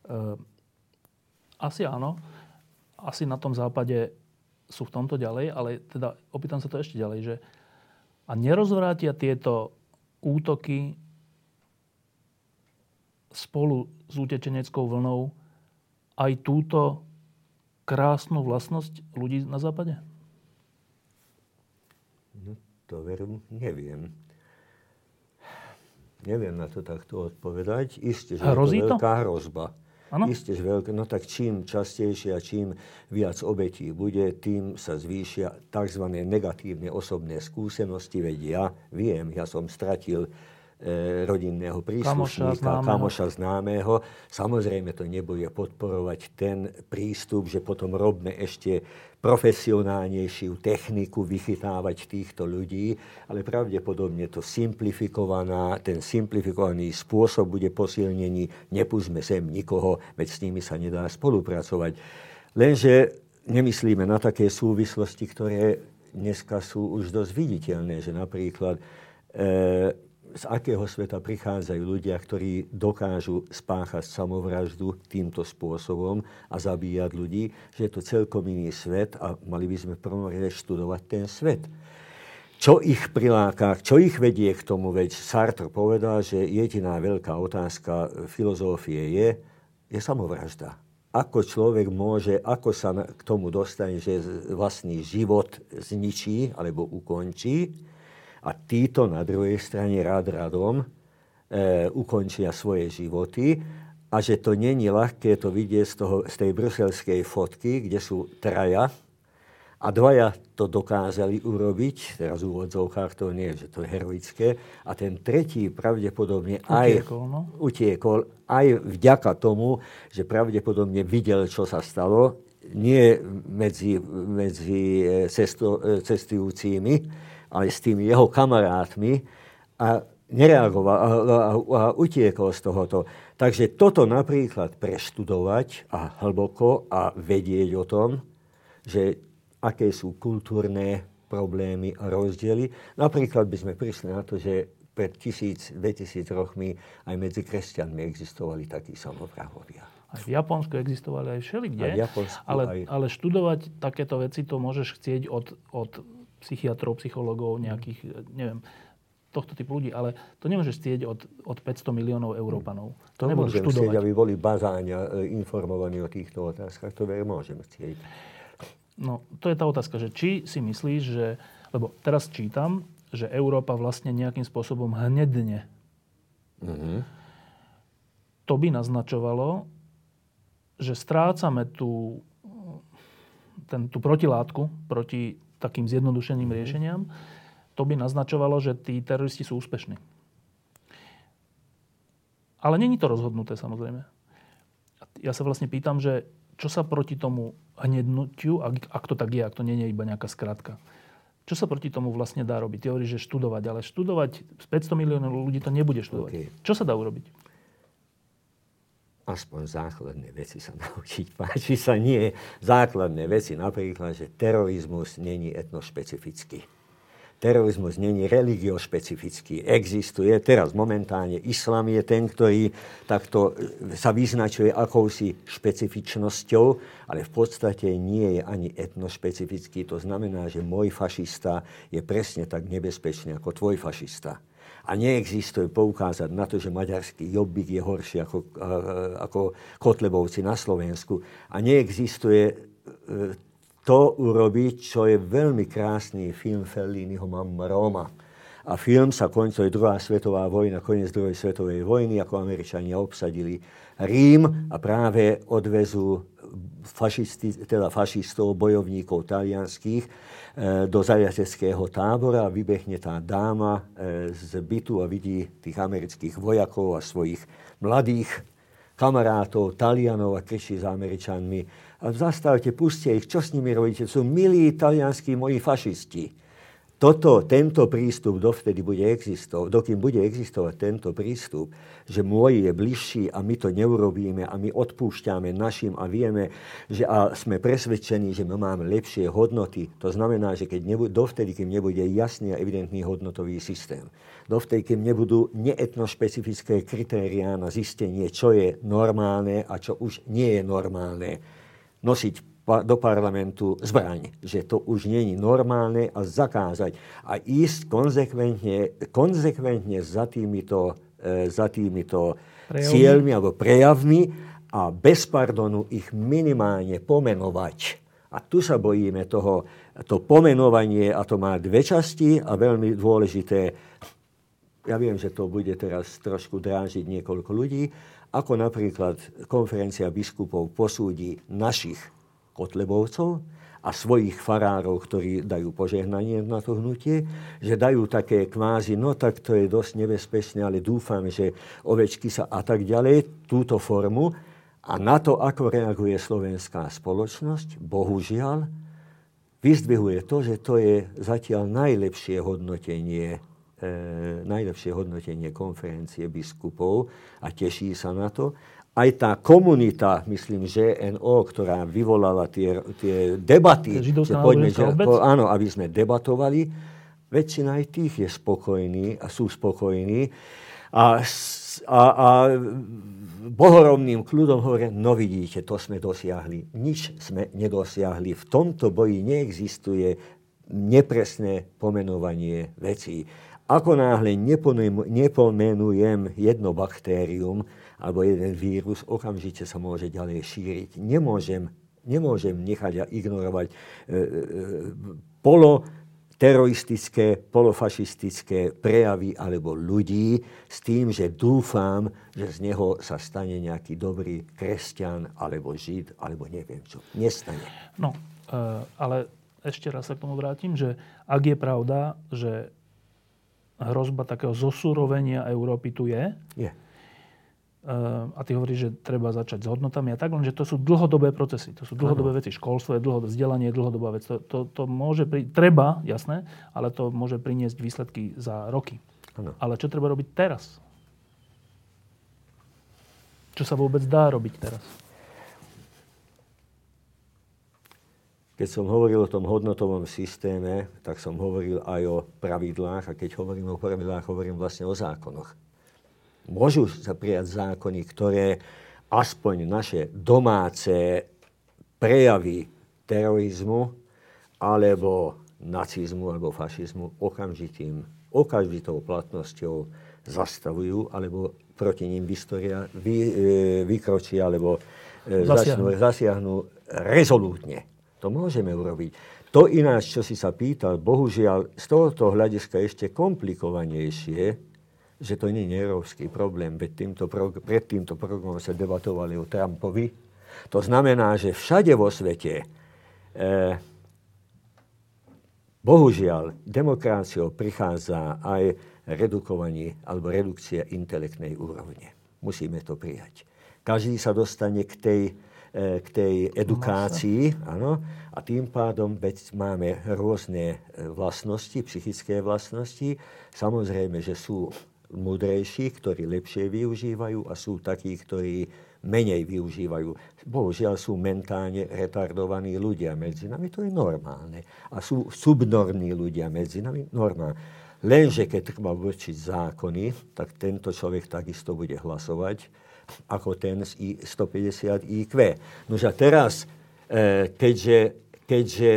Asi áno. Asi na tom západe sú v tomto ďalej, ale teda opýtam sa to ešte ďalej, že a nerozvrátia tieto útoky spolu s utečeneckou vlnou aj túto krásnu vlastnosť ľudí na západe? No to neviem. Neviem na to takto odpovedať. Isté, že hrozí je to veľká hrozba. Ano? Isté, že veľké. No tak čím častejšie a čím viac obetí bude, tým sa zvýšia tzv. Negatívne osobné skúsenosti. Veď ja viem, ja som stratil rodinného príslušníka, kamoša známeho. Samozrejme to nebude podporovať ten prístup, že potom robme ešte profesionálnejšiu techniku vychytávať týchto ľudí, ale pravdepodobne to ten simplifikovaný spôsob bude posilnený, nepustme sem nikoho, veď s nimi sa nedá spolupracovať. Lenže nemyslíme na také súvislosti, ktoré dneska sú už dosť viditeľné, že napríklad z akého sveta prichádzajú ľudia, ktorí dokážu spáchať samovraždu týmto spôsobom a zabíjať ľudí, že je to celkom iný svet a mali by sme v prvom rade študovať ten svet. Čo ich priláka, čo ich vedie k tomu, veď Sartre povedal, že jediná veľká otázka filozofie je samovražda. Ako človek môže, ako sa k tomu dostane, že vlastný život zničí alebo ukončí, a títo na druhej strane radom ukončia svoje životy a že to není ľahké to vidieť z tej bruselskej fotky, kde sú traja a dvaja to dokázali urobiť, teraz v úvodzovkách to nie je, že to je heroické, a ten tretí pravdepododobne utiekol aj vďaka tomu, že pravdepodobne videl, čo sa stalo, nie medzi cestujúcimi, ale s tými jeho kamarátmi a nereagoval a utiekol z tohoto. Takže toto napríklad preštudovať a hlboko a vedieť o tom, že aké sú kultúrne problémy a rozdiely. Napríklad by sme prišli na to, že pred 1000-2000 rokmi aj medzi kresťanmi existovali takí samovrahovia. Aj v Japonsku existovali aj všelikde, ale študovať takéto veci to môžeš chcieť od psychiatrov, psychológov, nejakých, neviem, tohto typu ľudí, ale to nemôžeš chcieť od 500 miliónov Európanov. To nebudeš študovať. Chcieť, aby boli bazáňa informovaní o týchto otázkach. To môžem chcieť. No, to je tá otázka, že či si myslíš, že... Lebo teraz čítam, že Európa vlastne nejakým spôsobom hnedne. Mm-hmm. To by naznačovalo, že strácame tú protilátku proti takým zjednodušeným riešeniam, to by naznačovalo, že tí teroristi sú úspešní. Ale není to rozhodnuté, samozrejme. Ja sa vlastne pýtam, že čo sa proti tomu hnednutiu, ak to tak je, ak to nie je iba nejaká skratka, čo sa proti tomu vlastne dá robiť? Ty hovoríš, že študovať, ale študovať z 500 miliónov ľudí to nebude študovať. Okay. Čo sa dá urobiť? Aspoň základné veci sa naučiť. Páči sa nie základné veci. Napríklad, že terorizmus není etnošpecifický. Terorizmus není religiošpecifický. Existuje teraz momentálne islám je ten, ktorý takto sa vyznačuje akousi špecifičnosťou, ale v podstate nie je ani etnošpecifický. To znamená, že môj fašista je presne tak nebezpečný ako tvoj fašista. A neexistuje poukázať na to, že maďarský Jobbik je horší ako Kotlebovci na Slovensku. A neexistuje to urobiť, čo je veľmi krásny film Felliniho Mamma Roma. A film sa koncuje druhá svetová vojna, koniec druhej svetovej vojny, ako Američania obsadili Rím a práve odvezú fašistov, bojovníkov talianských do zajateckého tábora a vybehne tá dáma z bytu a vidí tých amerických vojakov a svojich mladých kamarátov, Talianov a kričí za Američanmi: a zastavte, pustie ich, čo s nimi robíte? Sú milí talianskí moji fašisti. Tento prístup dovtedy bude existovať, dokým bude existovať tento prístup, že môj je bližší a my to neurobíme a my odpúšťame našim a vieme, že a sme presvedčení, že my máme lepšie hodnoty. To znamená, že dovtedy, kým nebude jasný a evidentný hodnotový systém, dovtedy, kým nebudú neetnošpecifické kritériá na zistenie, čo je normálne a čo už nie je normálne, nosiť do parlamentu zbraň, že to už nie je normálne a zakázať a ísť konzekventne za týmito cieľmi alebo prejavmi a bez pardonu ich minimálne pomenovať. A tu sa bojíme to pomenovanie, a to má dve časti a veľmi dôležité. Ja viem, že to bude teraz trošku drážiť niekoľko ľudí, ako napríklad konferencia biskupov posúdi našich Kotlebovcov a svojich farárov, ktorí dajú požehnanie na to hnutie, že dajú také kvázi, no tak to je dosť nebezpečné, ale dúfam, že ovečky sa a tak ďalej, túto formu. A na to, ako reaguje slovenská spoločnosť, bohužiaľ, vyzdvihuje to, že to je zatiaľ najlepšie hodnotenie konferencie biskupov a teší sa na to. Aj tá komunita, myslím, ŽNO, ktorá vyvolala tie debaty, že poďme, áno, aby sme debatovali, väčšina aj tých je spokojní a sú spokojní. A bohorovným kľudom hovoria, no vidíte, to sme dosiahli. Nič sme nedosiahli. V tomto boji neexistuje nepresné pomenovanie vecí. Ako náhle nepomenujem jedno baktérium alebo jeden vírus, okamžite sa môže ďalej šíriť. Nemôžem nechať a ignorovať poloteroristické, polofašistické prejavy alebo ľudí s tým, že dúfam, že z neho sa stane nejaký dobrý kresťan alebo žid, alebo neviem čo. Nestane. No, ale ešte raz sa k tomu vrátim, že ak je pravda, že hrozba takého zosúrovenia Európy tu je. A ty hovoríš, že treba začať s hodnotami a tak, lenže to sú dlhodobé procesy. To sú dlhodobé veci. Školstvo je dlhodobé, vzdelanie je dlhodobá vec. To môže treba, jasné, ale to môže priniesť výsledky za roky. Ano. Ale čo treba robiť teraz? Čo sa vôbec dá robiť teraz? Keď som hovoril o tom hodnotovom systéme, tak som hovoril aj o pravidlách. A keď hovorím o pravidlách, hovorím vlastne o zákonoch. Môžu sa prijať zákony, ktoré aspoň naše domáce prejavy terorizmu alebo nacizmu alebo fašizmu okamžitou platnosťou zastavujú alebo proti ním vykročia alebo zasiahnu rezolútne. To môžeme urobiť. To ináč, čo si sa pýtal, bohužiaľ z tohoto hľadiska ešte komplikovanejšie, že to nie je európsky problém, veď pred týmto programom sa debatovali o Trumpovi. To znamená, že všade vo svete bohužiaľ demokraciou prichádza aj redukovanie alebo redukcia intelektnej úrovne. Musíme to prijať. Každý sa dostane k tej edukácii, áno, a tým pádom máme rôzne vlastnosti, psychické vlastnosti. Samozrejme, že sú múdrejší, ktorí lepšie využívajú a sú takí, ktorí menej využívajú. Bohužiaľ sú mentálne retardovaní ľudia medzi nami, to je normálne. A sú subnormní ľudia medzi nami, normálne. Lenže keď treba určiť zákony, tak tento človek takisto bude hlasovať ako ten z 150 IQ. Nože a teraz, keďže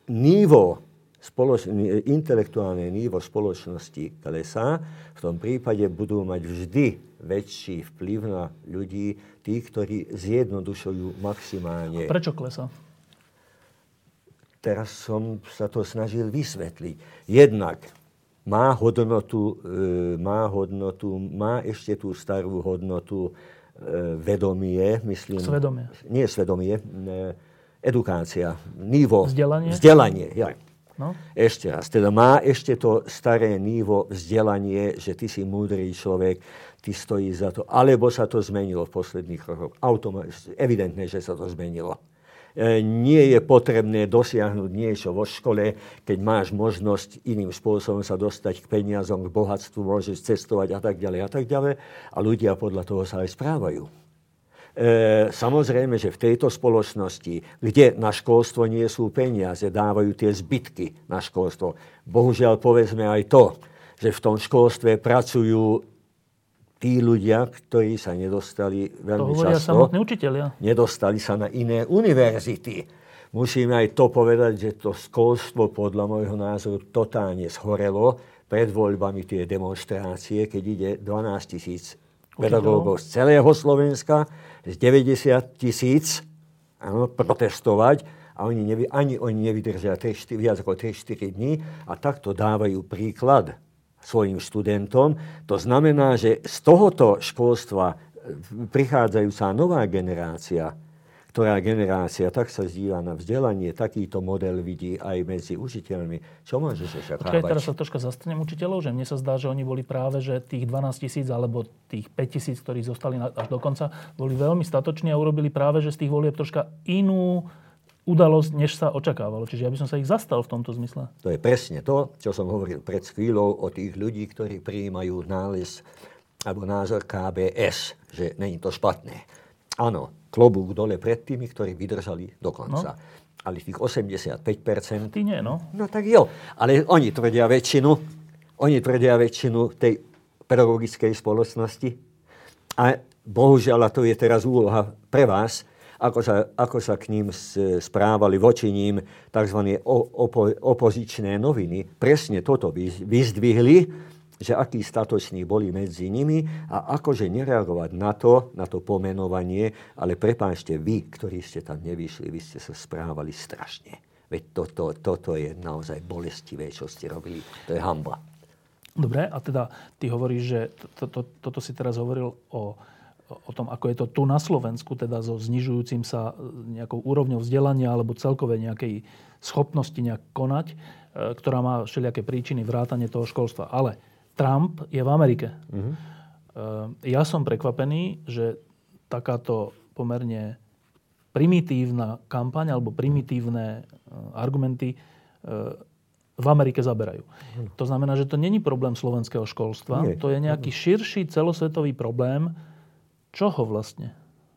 intelektuálne nívo spoločnosti klesá, v tom prípade budú mať vždy väčší vplyv na ľudí, tí, ktorí zjednodušujú maximálne. A prečo klesá? Teraz som sa to snažil vysvetliť. Jednak má ešte tú starú hodnotu vedomie, myslím. Svedomie. Nie svedomie, edukácia, nívo. Vzdelanie. Ja. No? Ešte raz. Teda má ešte to staré nívo vzdelanie, že ty si múdry človek, ty stojí za to. Alebo sa to zmenilo v posledných rokoch. Evidentne, že sa to zmenilo. Nie je potrebné dosiahnuť niečo vo škole, keď máš možnosť iným spôsobom sa dostať k peniazom, k bohatstvu, môžeš cestovať a tak ďalej. A ľudia podľa toho sa aj správajú. Samozrejme, že v tejto spoločnosti, kde na školstvo nie sú peniaze, dávajú tie zbytky na školstvo. Bohužiaľ, povedzme aj to, že v tom školstve pracujú tí ľudia, ktorí sa nedostali veľmi často. To hovoria samotní učitelia. Nedostali sa na iné univerzity. Musíme aj to povedať, že to školstvo podľa môjho názoru totálne zhorelo. Pred voľbami tie demonštrácie, keď ide 12 000 pedagógov z celého Slovenska, z 90 000 protestovať a ani oni nevydržia viac ako 3-4 dní a takto dávajú príklad svojim študentom. To znamená, že z tohoto školstva prichádzajúca nová generácia, ktorá generácia tak sa zdíva na vzdelanie, takýto model vidí aj medzi učiteľmi. Čo môžeš očakávať? Teraz sa troška zastanem učiteľov, že mne sa zdá, že oni boli práve, že tých 12 000 alebo tých 5 000, ktorí zostali až do konca, boli veľmi statoční a urobili práve, že z tých volieb troška inú udalosť, než sa očakávalo. Čiže ja by som sa ich zastal v tomto zmysle. To je presne to, čo som hovoril pred chvíľou o tých ľudí, ktorí prijímajú nález alebo názor KBS, že není to špatné. Áno, klobúk dole pred tými, ktorí vydržali do konca. No. Ale tých 85%... Ty nie, no. No tak jo, ale oni tvrdia väčšinu tej pedagogickej spoločnosti. A bohužiaľ, a to je teraz úloha pre vás, ako sa k ním správali voči ním tzv. Opozičné noviny. Presne toto vyzdvihli, že akí statoční boli medzi nimi a akože nereagovať na to pomenovanie, ale prepáčte, vy, ktorí ste tam nevyšli, vy ste sa správali strašne. Veď toto je naozaj bolestivé, čo ste robili. To je hanba. Dobre, a teda ty hovoríš, že toto si teraz hovoril o tom, ako je to tu na Slovensku, teda so znižujúcim sa nejakou úrovňou vzdelania alebo celkové nejakej schopnosti nejak konať, ktorá má všelijaké príčiny, vrátanie toho školstva. Ale Trump je v Amerike. Mm-hmm. Ja som prekvapený, že takáto pomerne primitívna kampaň alebo primitívne argumenty v Amerike zaberajú. To znamená, že to není problém slovenského školstva, to je nejaký širší celosvetový problém. Čoho vlastne?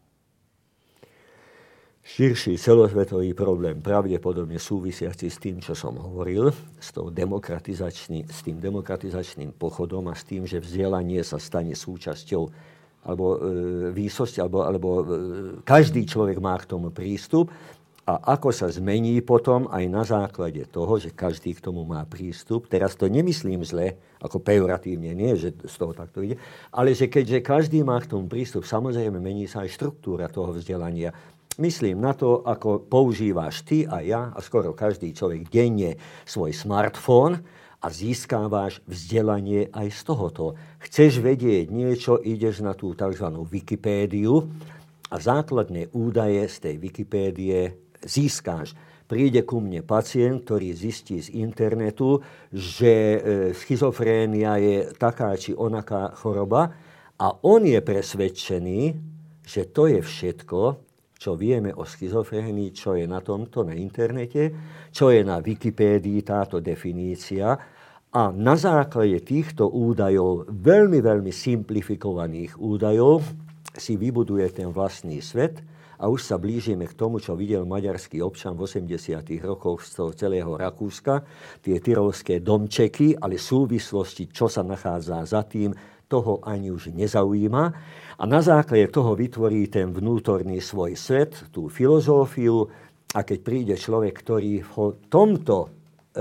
Širší celosvetový problém, pravdepodobne súvisiaci s tým, čo som hovoril, s tým demokratizačným pochodom a s tým, že vzdelanie sa stane súčasťou alebo výsosť, alebo každý človek má k tomu prístup a ako sa zmení potom aj na základe toho, že každý k tomu má prístup. Teraz to nemyslím zle, ako pejoratívne, nie, že z toho takto ide, ale že keďže každý má k tomu prístup, samozrejme mení sa aj štruktúra toho vzdelania. Myslím na to, ako používaš ty a ja a skoro každý človek denne svoj smartfón a získávaš vzdelanie aj z tohoto. Chceš vedieť niečo, ideš na tú tzv. Wikipédiu a základné údaje z tej Wikipédie získáš. Príde ku mne pacient, ktorý zistí z internetu, že schizofrénia je taká či onaká choroba a on je presvedčený, že to je všetko, čo vieme o schizofrénii, čo je na tomto, na internete, čo je na Wikipédii táto definícia. A na základe týchto údajov, veľmi, veľmi simplifikovaných údajov, si vybuduje ten vlastný svet a už sa blížime k tomu, čo videl maďarský občan v 80. rokoch z toho celého Rakúska, tie tyrolské domčeky, ale súvislosti, čo sa nachádza za tým, toho ani už nezaujíma. A na základe toho vytvorí ten vnútorný svoj svet, tú filozófiu. A keď príde človek, ktorý ho tomto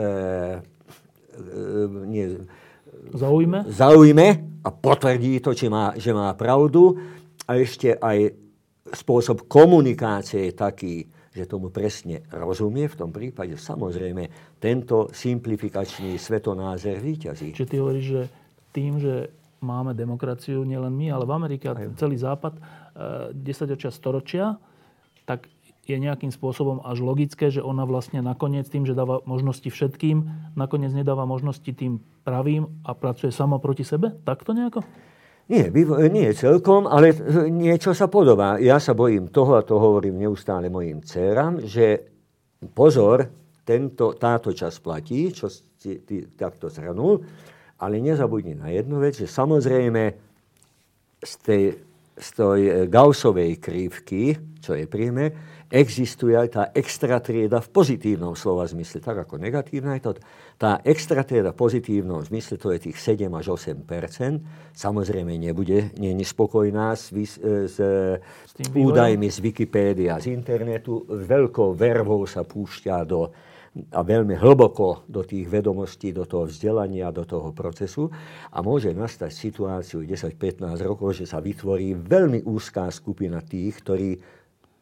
zaujme a potvrdí to, že má pravdu, a ešte aj spôsob komunikácie je taký, že tomu presne rozumie, v tom prípade samozrejme tento simplifikačný svetonázor víťazí. Čiže ty hovoríš, že tým, že máme demokraciu, nielen my, ale v Amerike a celý západ, 10 storočia, tak je nejakým spôsobom až logické, že ona vlastne nakoniec tým, že dáva možnosti všetkým, nakoniec nedáva možnosti tým pravým a pracuje sama proti sebe? Takto nejako? Nie celkom, ale niečo sa podobá. Ja sa bojím toho, a to hovorím neustále mojim dcerám, že pozor, táto časť platí, čo si ty takto zhrnul, ale nezabudni na jednu vec, že samozrejme z tej Gaussovej krivky, čo je príjme, existuje aj tá extratrieda v pozitívnom slova zmysle, tak ako negatívna je to. Tá extratrieda v pozitívnom zmysle, to je tých 7 až 8%. Samozrejme nie je spokojná s údajmi z Wikipédie a z internetu. Veľkou vervou sa púšťa a veľmi hlboko do tých vedomostí, do toho vzdelania, do toho procesu a môže nastať situáciu 10-15 rokov, že sa vytvorí veľmi úzká skupina tých, ktorí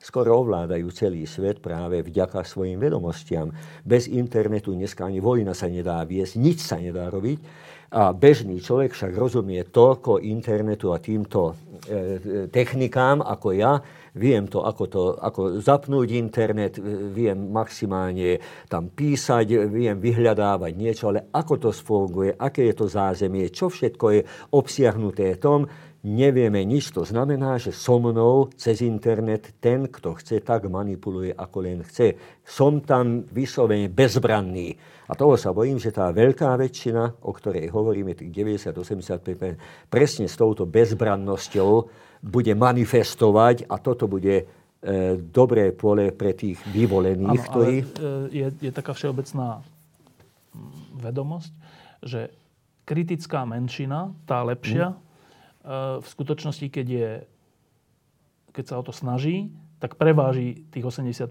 skoro ovládajú celý svet práve vďaka svojim vedomostiam. Bez internetu dneska ani vojna sa nedá viesť, nič sa nedá robiť. A bežný človek však rozumie toľko internetu a týmto technikám ako ja. Viem to, ako zapnúť internet, viem maximálne tam písať, viem vyhľadávať niečo, ale ako to funguje, aké je to zázemie, čo všetko je obsiahnuté tom, nevieme nič. To znamená, že so mnou cez internet ten, kto chce, tak manipuluje, ako len chce. Som tam vyslovene bezbranný. A toho sa bojím, že tá veľká väčšina, o ktorej hovoríme, tých 90-85%, presne s touto bezbrannosťou bude manifestovať a toto bude dobré pole pre tých vyvolených, ano, ktorí... Je taká všeobecná vedomosť, že kritická menšina, tá lepšia, v skutočnosti, keď sa o to snaží, tak preváži tých 80%.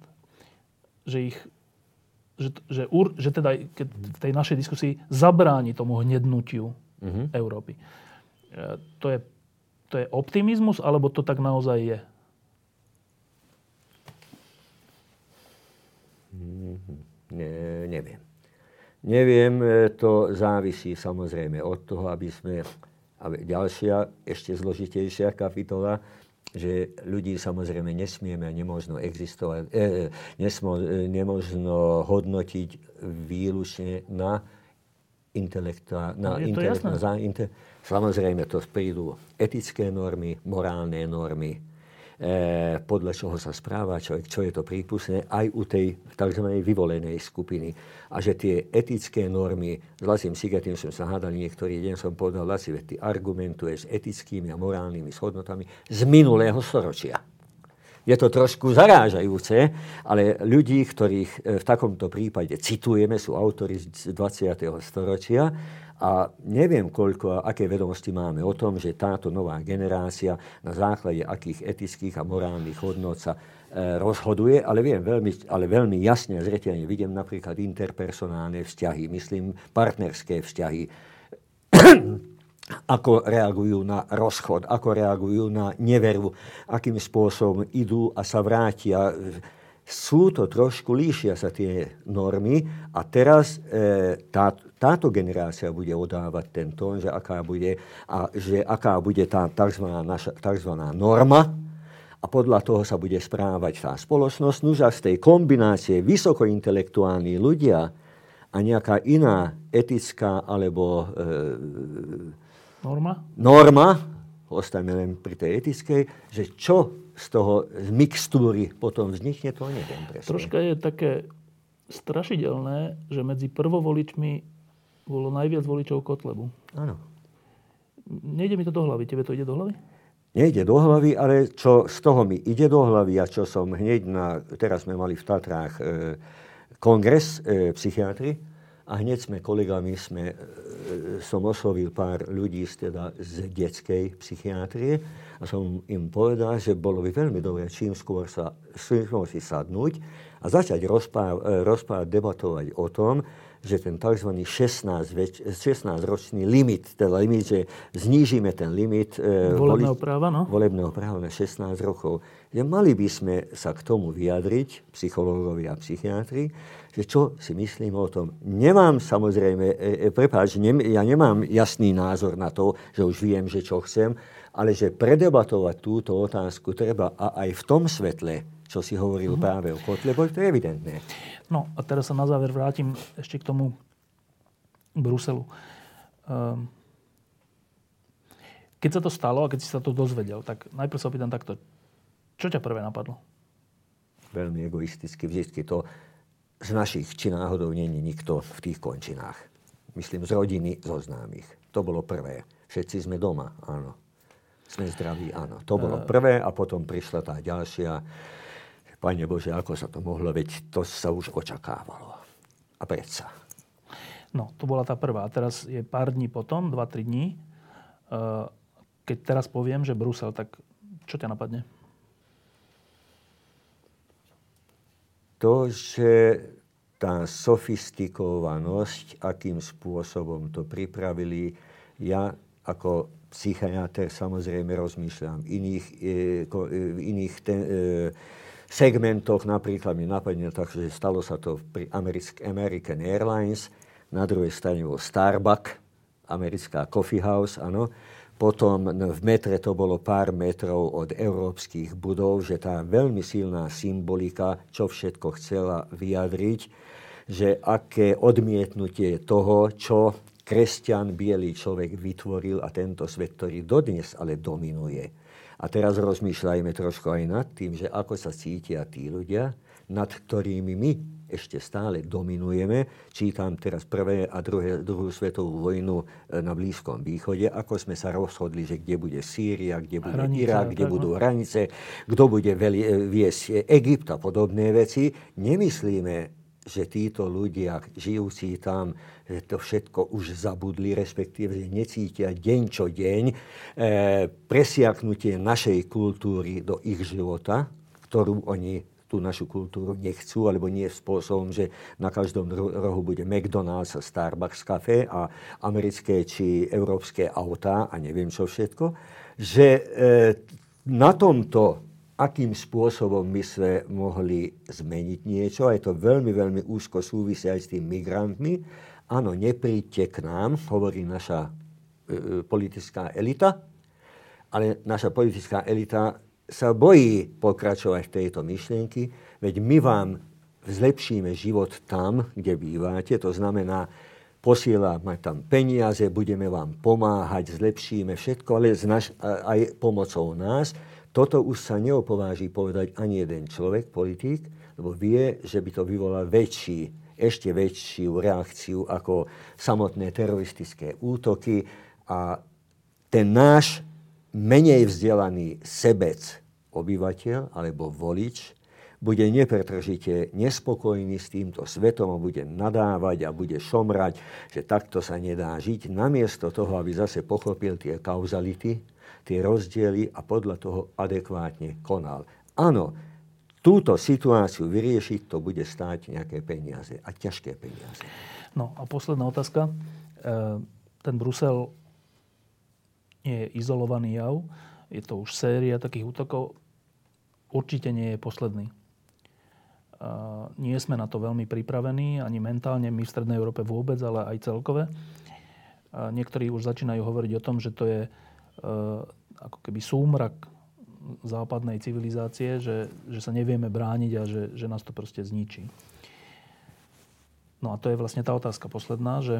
Že teda keď v tej našej diskusii zabráni tomu hnednutiu Európy. To je optimizmus, alebo to tak naozaj je? Neviem. Neviem, to závisí samozrejme od toho, aby sme... A ďalšia, ešte zložitejšia kapitola, že ľudí samozrejme nesmieme a nemožno existovať, nemožno hodnotiť výlučne na samozrejme to prídu etické normy, morálne normy, podľa čoho sa správa človek, čo je to prípustné aj u tej tzv. Vyvolenej skupiny. A že tie etické normy, s Lacim Sigetým som sa hádal niektorý deň, som povedal, Laci, veď ty argumentuješ s etickými a morálnymi hodnotami z minulého storočia. Je to trošku zarážajúce, ale ľudí, ktorých v takomto prípade citujeme, sú autori z 20. storočia a neviem, koľko a aké vedomosti máme o tom, že táto nová generácia na základe akých etických a morálnych hodnôt sa rozhoduje, ale veľmi jasne a zreteľne vidím napríklad interpersonálne vzťahy, myslím partnerské vzťahy, ako reagujú na rozchod, ako reagujú na neveru, akým spôsobom idú a sa vrátia. Sú to trošku, líšia sa tie normy a teraz táto generácia bude udávať ten tón, že aká bude tá tzv. Norma a podľa toho sa bude správať tá spoločnosť. Nuž a z tej kombinácie vysokointelektuálni ľudia a nejaká iná etická alebo norma, ostaňme len pri tej etickej, že čo z toho mixtúry potom vznikne, to neviem presne. Troška je také strašidelné, že medzi prvovoličmi bolo najviac voličov Kotlebu. Áno. Nejde mi to do hlavy. Tebe to ide do hlavy? Nejde do hlavy, ale čo z toho mi ide do hlavy a čo som hneď teraz sme mali v Tatrách kongres psychiatri a hneď sme kolegami som oslovil pár ľudí z detskej psychiatrie a som im povedal, že bolo by veľmi dobré čím skôr si sadnúť a začať debatovať o tom, že ten tzv. 16-ročný limit, že znížime ten limit volebného práva na 16 rokov. Že mali by sme sa k tomu vyjadriť, psychológovia a psychiatri, že čo si myslím o tom. Nemám samozrejme, ja nemám jasný názor na to, že už viem, že čo chcem, ale že predebatovať túto otázku treba a aj v tom svetle, čo si hovoril práve o Kotlebo, to je evidentné. No a teraz sa na záver vrátim ešte k tomu Bruselu. Keď sa to stalo a keď si sa to dozvedel, tak najprv sa opýtam takto. Čo ťa prvé napadlo? Veľmi egoisticky. Vždycky to z našich, či náhodou nie je nikto v tých končinách. Myslím z rodiny, zo známych. To bolo prvé. Všetci sme doma, áno. Sme zdraví, áno. To bolo prvé a potom prišla tá ďalšia. Pane Bože, ako sa to mohlo, veď to sa už očakávalo. A predsa. No, to bola tá prvá. Teraz je pár dní potom, 2-3 dní. Keď teraz poviem, že Brusel, tak čo ťa napadne? To, že tá sofistikovanosť, akým spôsobom to pripravili, ja ako psychiatr samozrejme rozmýšľam v iných segmentoch. Napríklad mi napadne tak, že stalo sa to pri American Airlines, na druhej strane bol Starbucks, americká coffee house, áno. Potom v metre to bolo pár metrov od európskych budov, že tá veľmi silná symbolika, čo všetko chcela vyjadriť, že aké odmietnutie toho, čo kresťan, biely človek vytvoril a tento svet, ktorý dodnes ale dominuje. A teraz rozmýšľajme trošku aj nad tým, že ako sa cítia tí ľudia, nad ktorými my ešte stále dominujeme. Čítam teraz prvú a druhú svetovú vojnu na Blízkom východe, ako sme sa rozhodli, že kde bude Sýria, kde bude Irak, kde budú hranice, kto bude viesť Egypt a podobné veci. Nemyslíme, že títo ľudia, žijúci tam, že to všetko už zabudli, respektíve, že necítia deň čo deň presiaknutie našej kultúry do ich života, ktorú oni tú našu kultúru nechcú, alebo nie spôsobom, že na každom rohu bude McDonald's a Starbucks kafe a americké či európske autá a neviem čo všetko, že na tomto akým spôsobom my sme mohli zmeniť niečo. A je to veľmi, veľmi úzko súvisia aj s tým migrantmi. Áno, nepríďte k nám, hovorí naša politická elita, ale naša politická elita sa bojí pokračovať v tejto myšlienky, veď my vám zlepšíme život tam, kde bývate, to znamená, posielame tam peniaze, budeme vám pomáhať, zlepšíme všetko, ale aj pomocou nás. Toto už sa neopováži povedať ani jeden človek, politik, lebo vie, že by to vyvolalo ešte väčšiu reakciu ako samotné teroristické útoky a ten náš menej vzdelaný sebec, obyvateľ alebo volič, bude nepretržite nespokojný s týmto svetom a bude nadávať a bude šomrať, že takto sa nedá žiť, namiesto toho, aby zase pochopil tie kauzality, tie rozdiely a podľa toho adekvátne konal. Áno, túto situáciu vyriešiť, to bude stáť nejaké peniaze a ťažké peniaze. No a posledná otázka. Ten Brusel nie je izolovaný jav, je to už séria takých útokov. Určite nie je posledný. Nie sme na to veľmi pripravení, ani mentálne, my v Strednej Európe vôbec, ale aj celkové. Niektorí už začínajú hovoriť o tom, že to je ako keby súmrak západnej civilizácie, že sa nevieme brániť a že nás to proste zničí. No a to je vlastne tá otázka posledná, že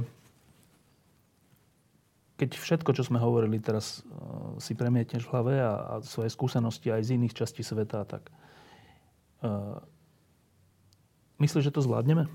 keď všetko, čo sme hovorili teraz, si premietneš v hlave a svoje skúsenosti aj z iných častí sveta, tak myslíš, že to zvládneme?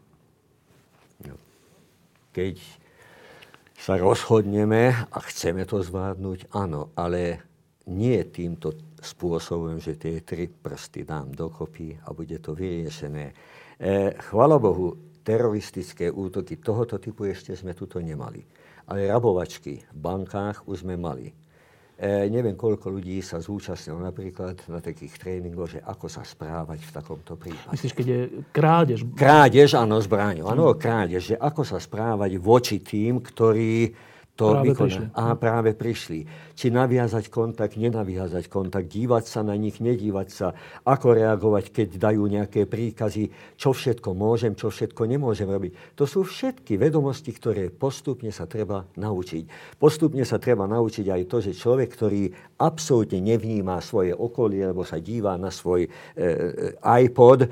Keď sa rozhodneme a chceme to zvládnuť, áno, ale nie týmto spôsobom, že tie 3 prsty dám dokopy a bude to vyriešené. Chvála Bohu, teroristické útoky tohoto typu ešte sme tuto nemali. Ale rabovačky v bankách už sme mali. Neviem, koľko ľudí sa zúčastnilo napríklad na takých tréningoch, že ako sa správať v takomto prípade. Myslíš, keď je krádež? Krádež, áno, zbraňou. Áno, krádež, že ako sa správať voči tým, ktorí to vykonajú. A práve prišli. Či naviazať kontakt, nenaviazať kontakt, dívať sa na nich, nedívať sa, ako reagovať, keď dajú nejaké príkazy, čo všetko môžem, čo všetko nemôžem robiť. To sú všetky vedomosti, ktoré postupne sa treba naučiť. Postupne sa treba naučiť aj to, že človek, ktorý absolútne nevníma svoje okolie, alebo sa díva na svoj iPod,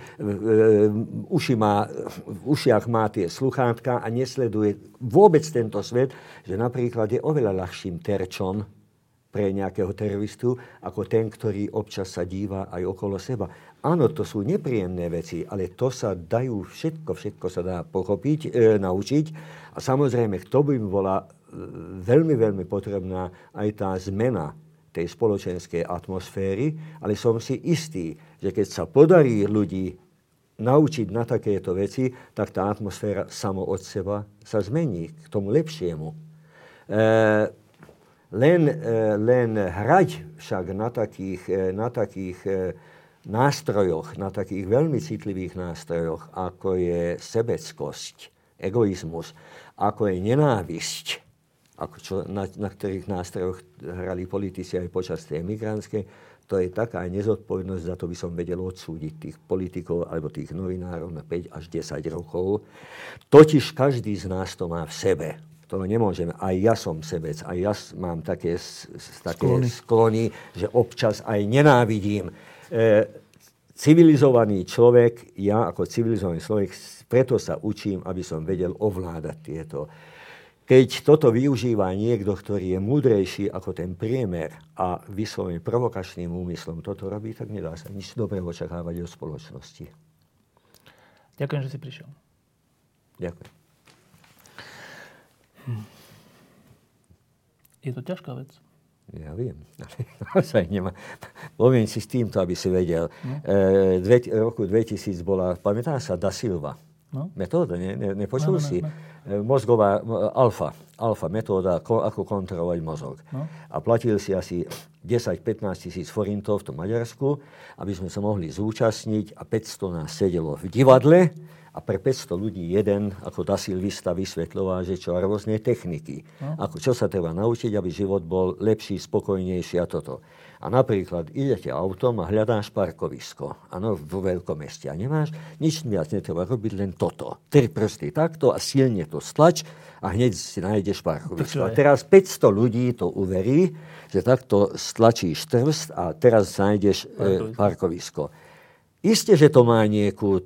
v ušiach má tie sluchátka a nesleduje vôbec tento svet, že napríklad je oveľa ľahším terčom pre nejakého teroristu, ako ten, ktorý občas sa díva aj okolo seba. Áno, to sú nepríjemné veci, ale to sa dajú všetko sa dá pochopiť, naučiť. A samozrejme, to by bola veľmi, veľmi potrebná aj tá zmena tej spoločenskej atmosféry, ale som si istý, že keď sa podarí ľudí naučiť na takéto veci, tak tá atmosféra samo od seba sa zmení k tomu lepšiemu. Len hrať však na takých nástrojoch, na takých veľmi citlivých nástrojoch, ako je sebeckosť, egoizmus, ako je nenávisť, na ktorých nástrojoch hrali politici aj počas tej emigrantskej, to je taká nezodpovednosť, za to by som vedel odsúdiť tých politikov alebo tých novinárov na 5 až 10 rokov. Totiž každý z nás to má v sebe. To nemôžeme. Aj ja som sebec, aj ja mám také sklony, že občas aj nenávidím. Civilizovaný človek, ja ako civilizovaný človek, preto sa učím, aby som vedel ovládať tieto. Keď toto využíva niekto, ktorý je múdrejší ako ten priemer a vyslovene provokačným úmyslom toto robí, tak nedá sa nič dobrého očakávať od spoločnosti. Ďakujem, že si prišiel. Ďakujem. Je to ťažká vec. Ja viem. Naozaj nemá. Poviem si s týmto, aby si vedel. Roku 2000 bola, pamätáš sa, Da Silva. Metóda, nepočul si? Mozgová alfa metóda, ako kontrolovať mozog. A platil si asi 10-15 tisíc forintov v tom Maďarsku, aby sme sa mohli zúčastniť a 500 nás sedelo v divadle a pre 500 ľudí jeden, ako Da Silvista vysvetľoval, že čo rôzne techniky. Čo sa treba naučiť, aby život bol lepší, spokojnejší a toto. A napríklad idete autom a hľadáš parkovisko. Áno, vo veľkom meste. A nemáš nič viac, netreba robiť len toto. 3 prsty takto a silne to stlač a hneď si nájdeš parkovisko. A teraz 500 ľudí to uverí, že takto stlačíš trst a teraz nájdeš parkovisko. Isté, že to má nejakú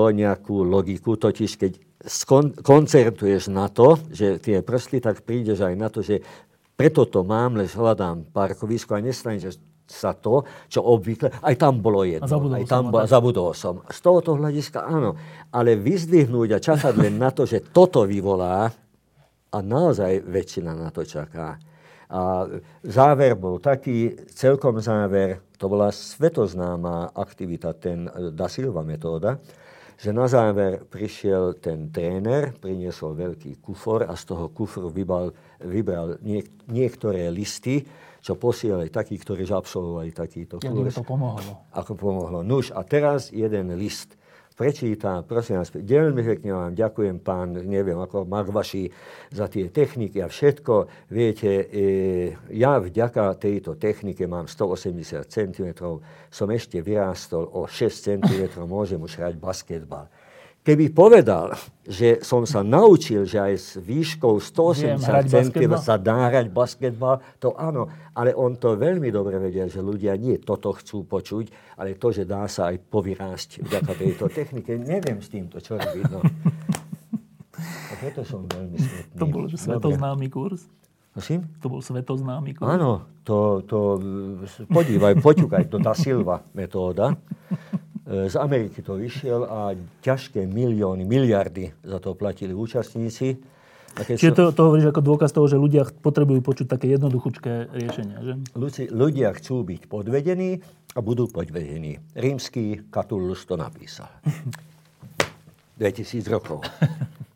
logiku, totiž keď koncertuješ na to, že tie prsty, tak prídeš aj na to, že preto to mám, lež hľadám parkovisko a nestane sa to, čo obvykle, aj tam bolo jedno. Zabudol som. Z tohoto hľadiska áno. Ale vyzdvihnúť a čakať len na to, že toto vyvolá, a naozaj väčšina na to čaká. A záver bol taký, celkom záver, to bola svetoznáma aktivita, ten Da Silva metóda, že na záver prišiel ten tréner, priniesol veľký kufor a z toho kufru vybral niektoré listy, čo posielali takí, ktorí absolvovali takýto kurz. To pomohlo. Ako pomohlo. Nuž, a teraz jeden list prečítam, prosím vás, veľmi pekne vám ďakujem, pán, neviem, ako Magvaši, za tie techniky a všetko. Viete, ja vďaka tejto technike mám 180 cm, som ešte vyrástol o 6 cm, môžem už hrať basketbal. Keby povedal, že som sa naučil, že aj s výškou 180 cm sa dá hrať basketbal, to áno, ale on to veľmi dobre vedel, že ľudia nie toto chcú počuť, ale to, že dá sa aj povyrásť vďaka tejto technike. Neviem s týmto, čo robiť. No. A preto som veľmi smutný. To bol svetoznámy kurz? Prosím? To bol svetoznámy kurz? Áno, podívaj, poťukaj, to Da Silva metóda. Z Ameriky to vyšiel a ťažké miliardy za to platili účastníci. Čiže to hovoríš ako dôkaz toho, že ľudia potrebujú počuť také jednoduchučké riešenia, že? Ľudia chcú byť podvedení a budú podvedení. Rímsky Catullus to napísal. 2000 rokov.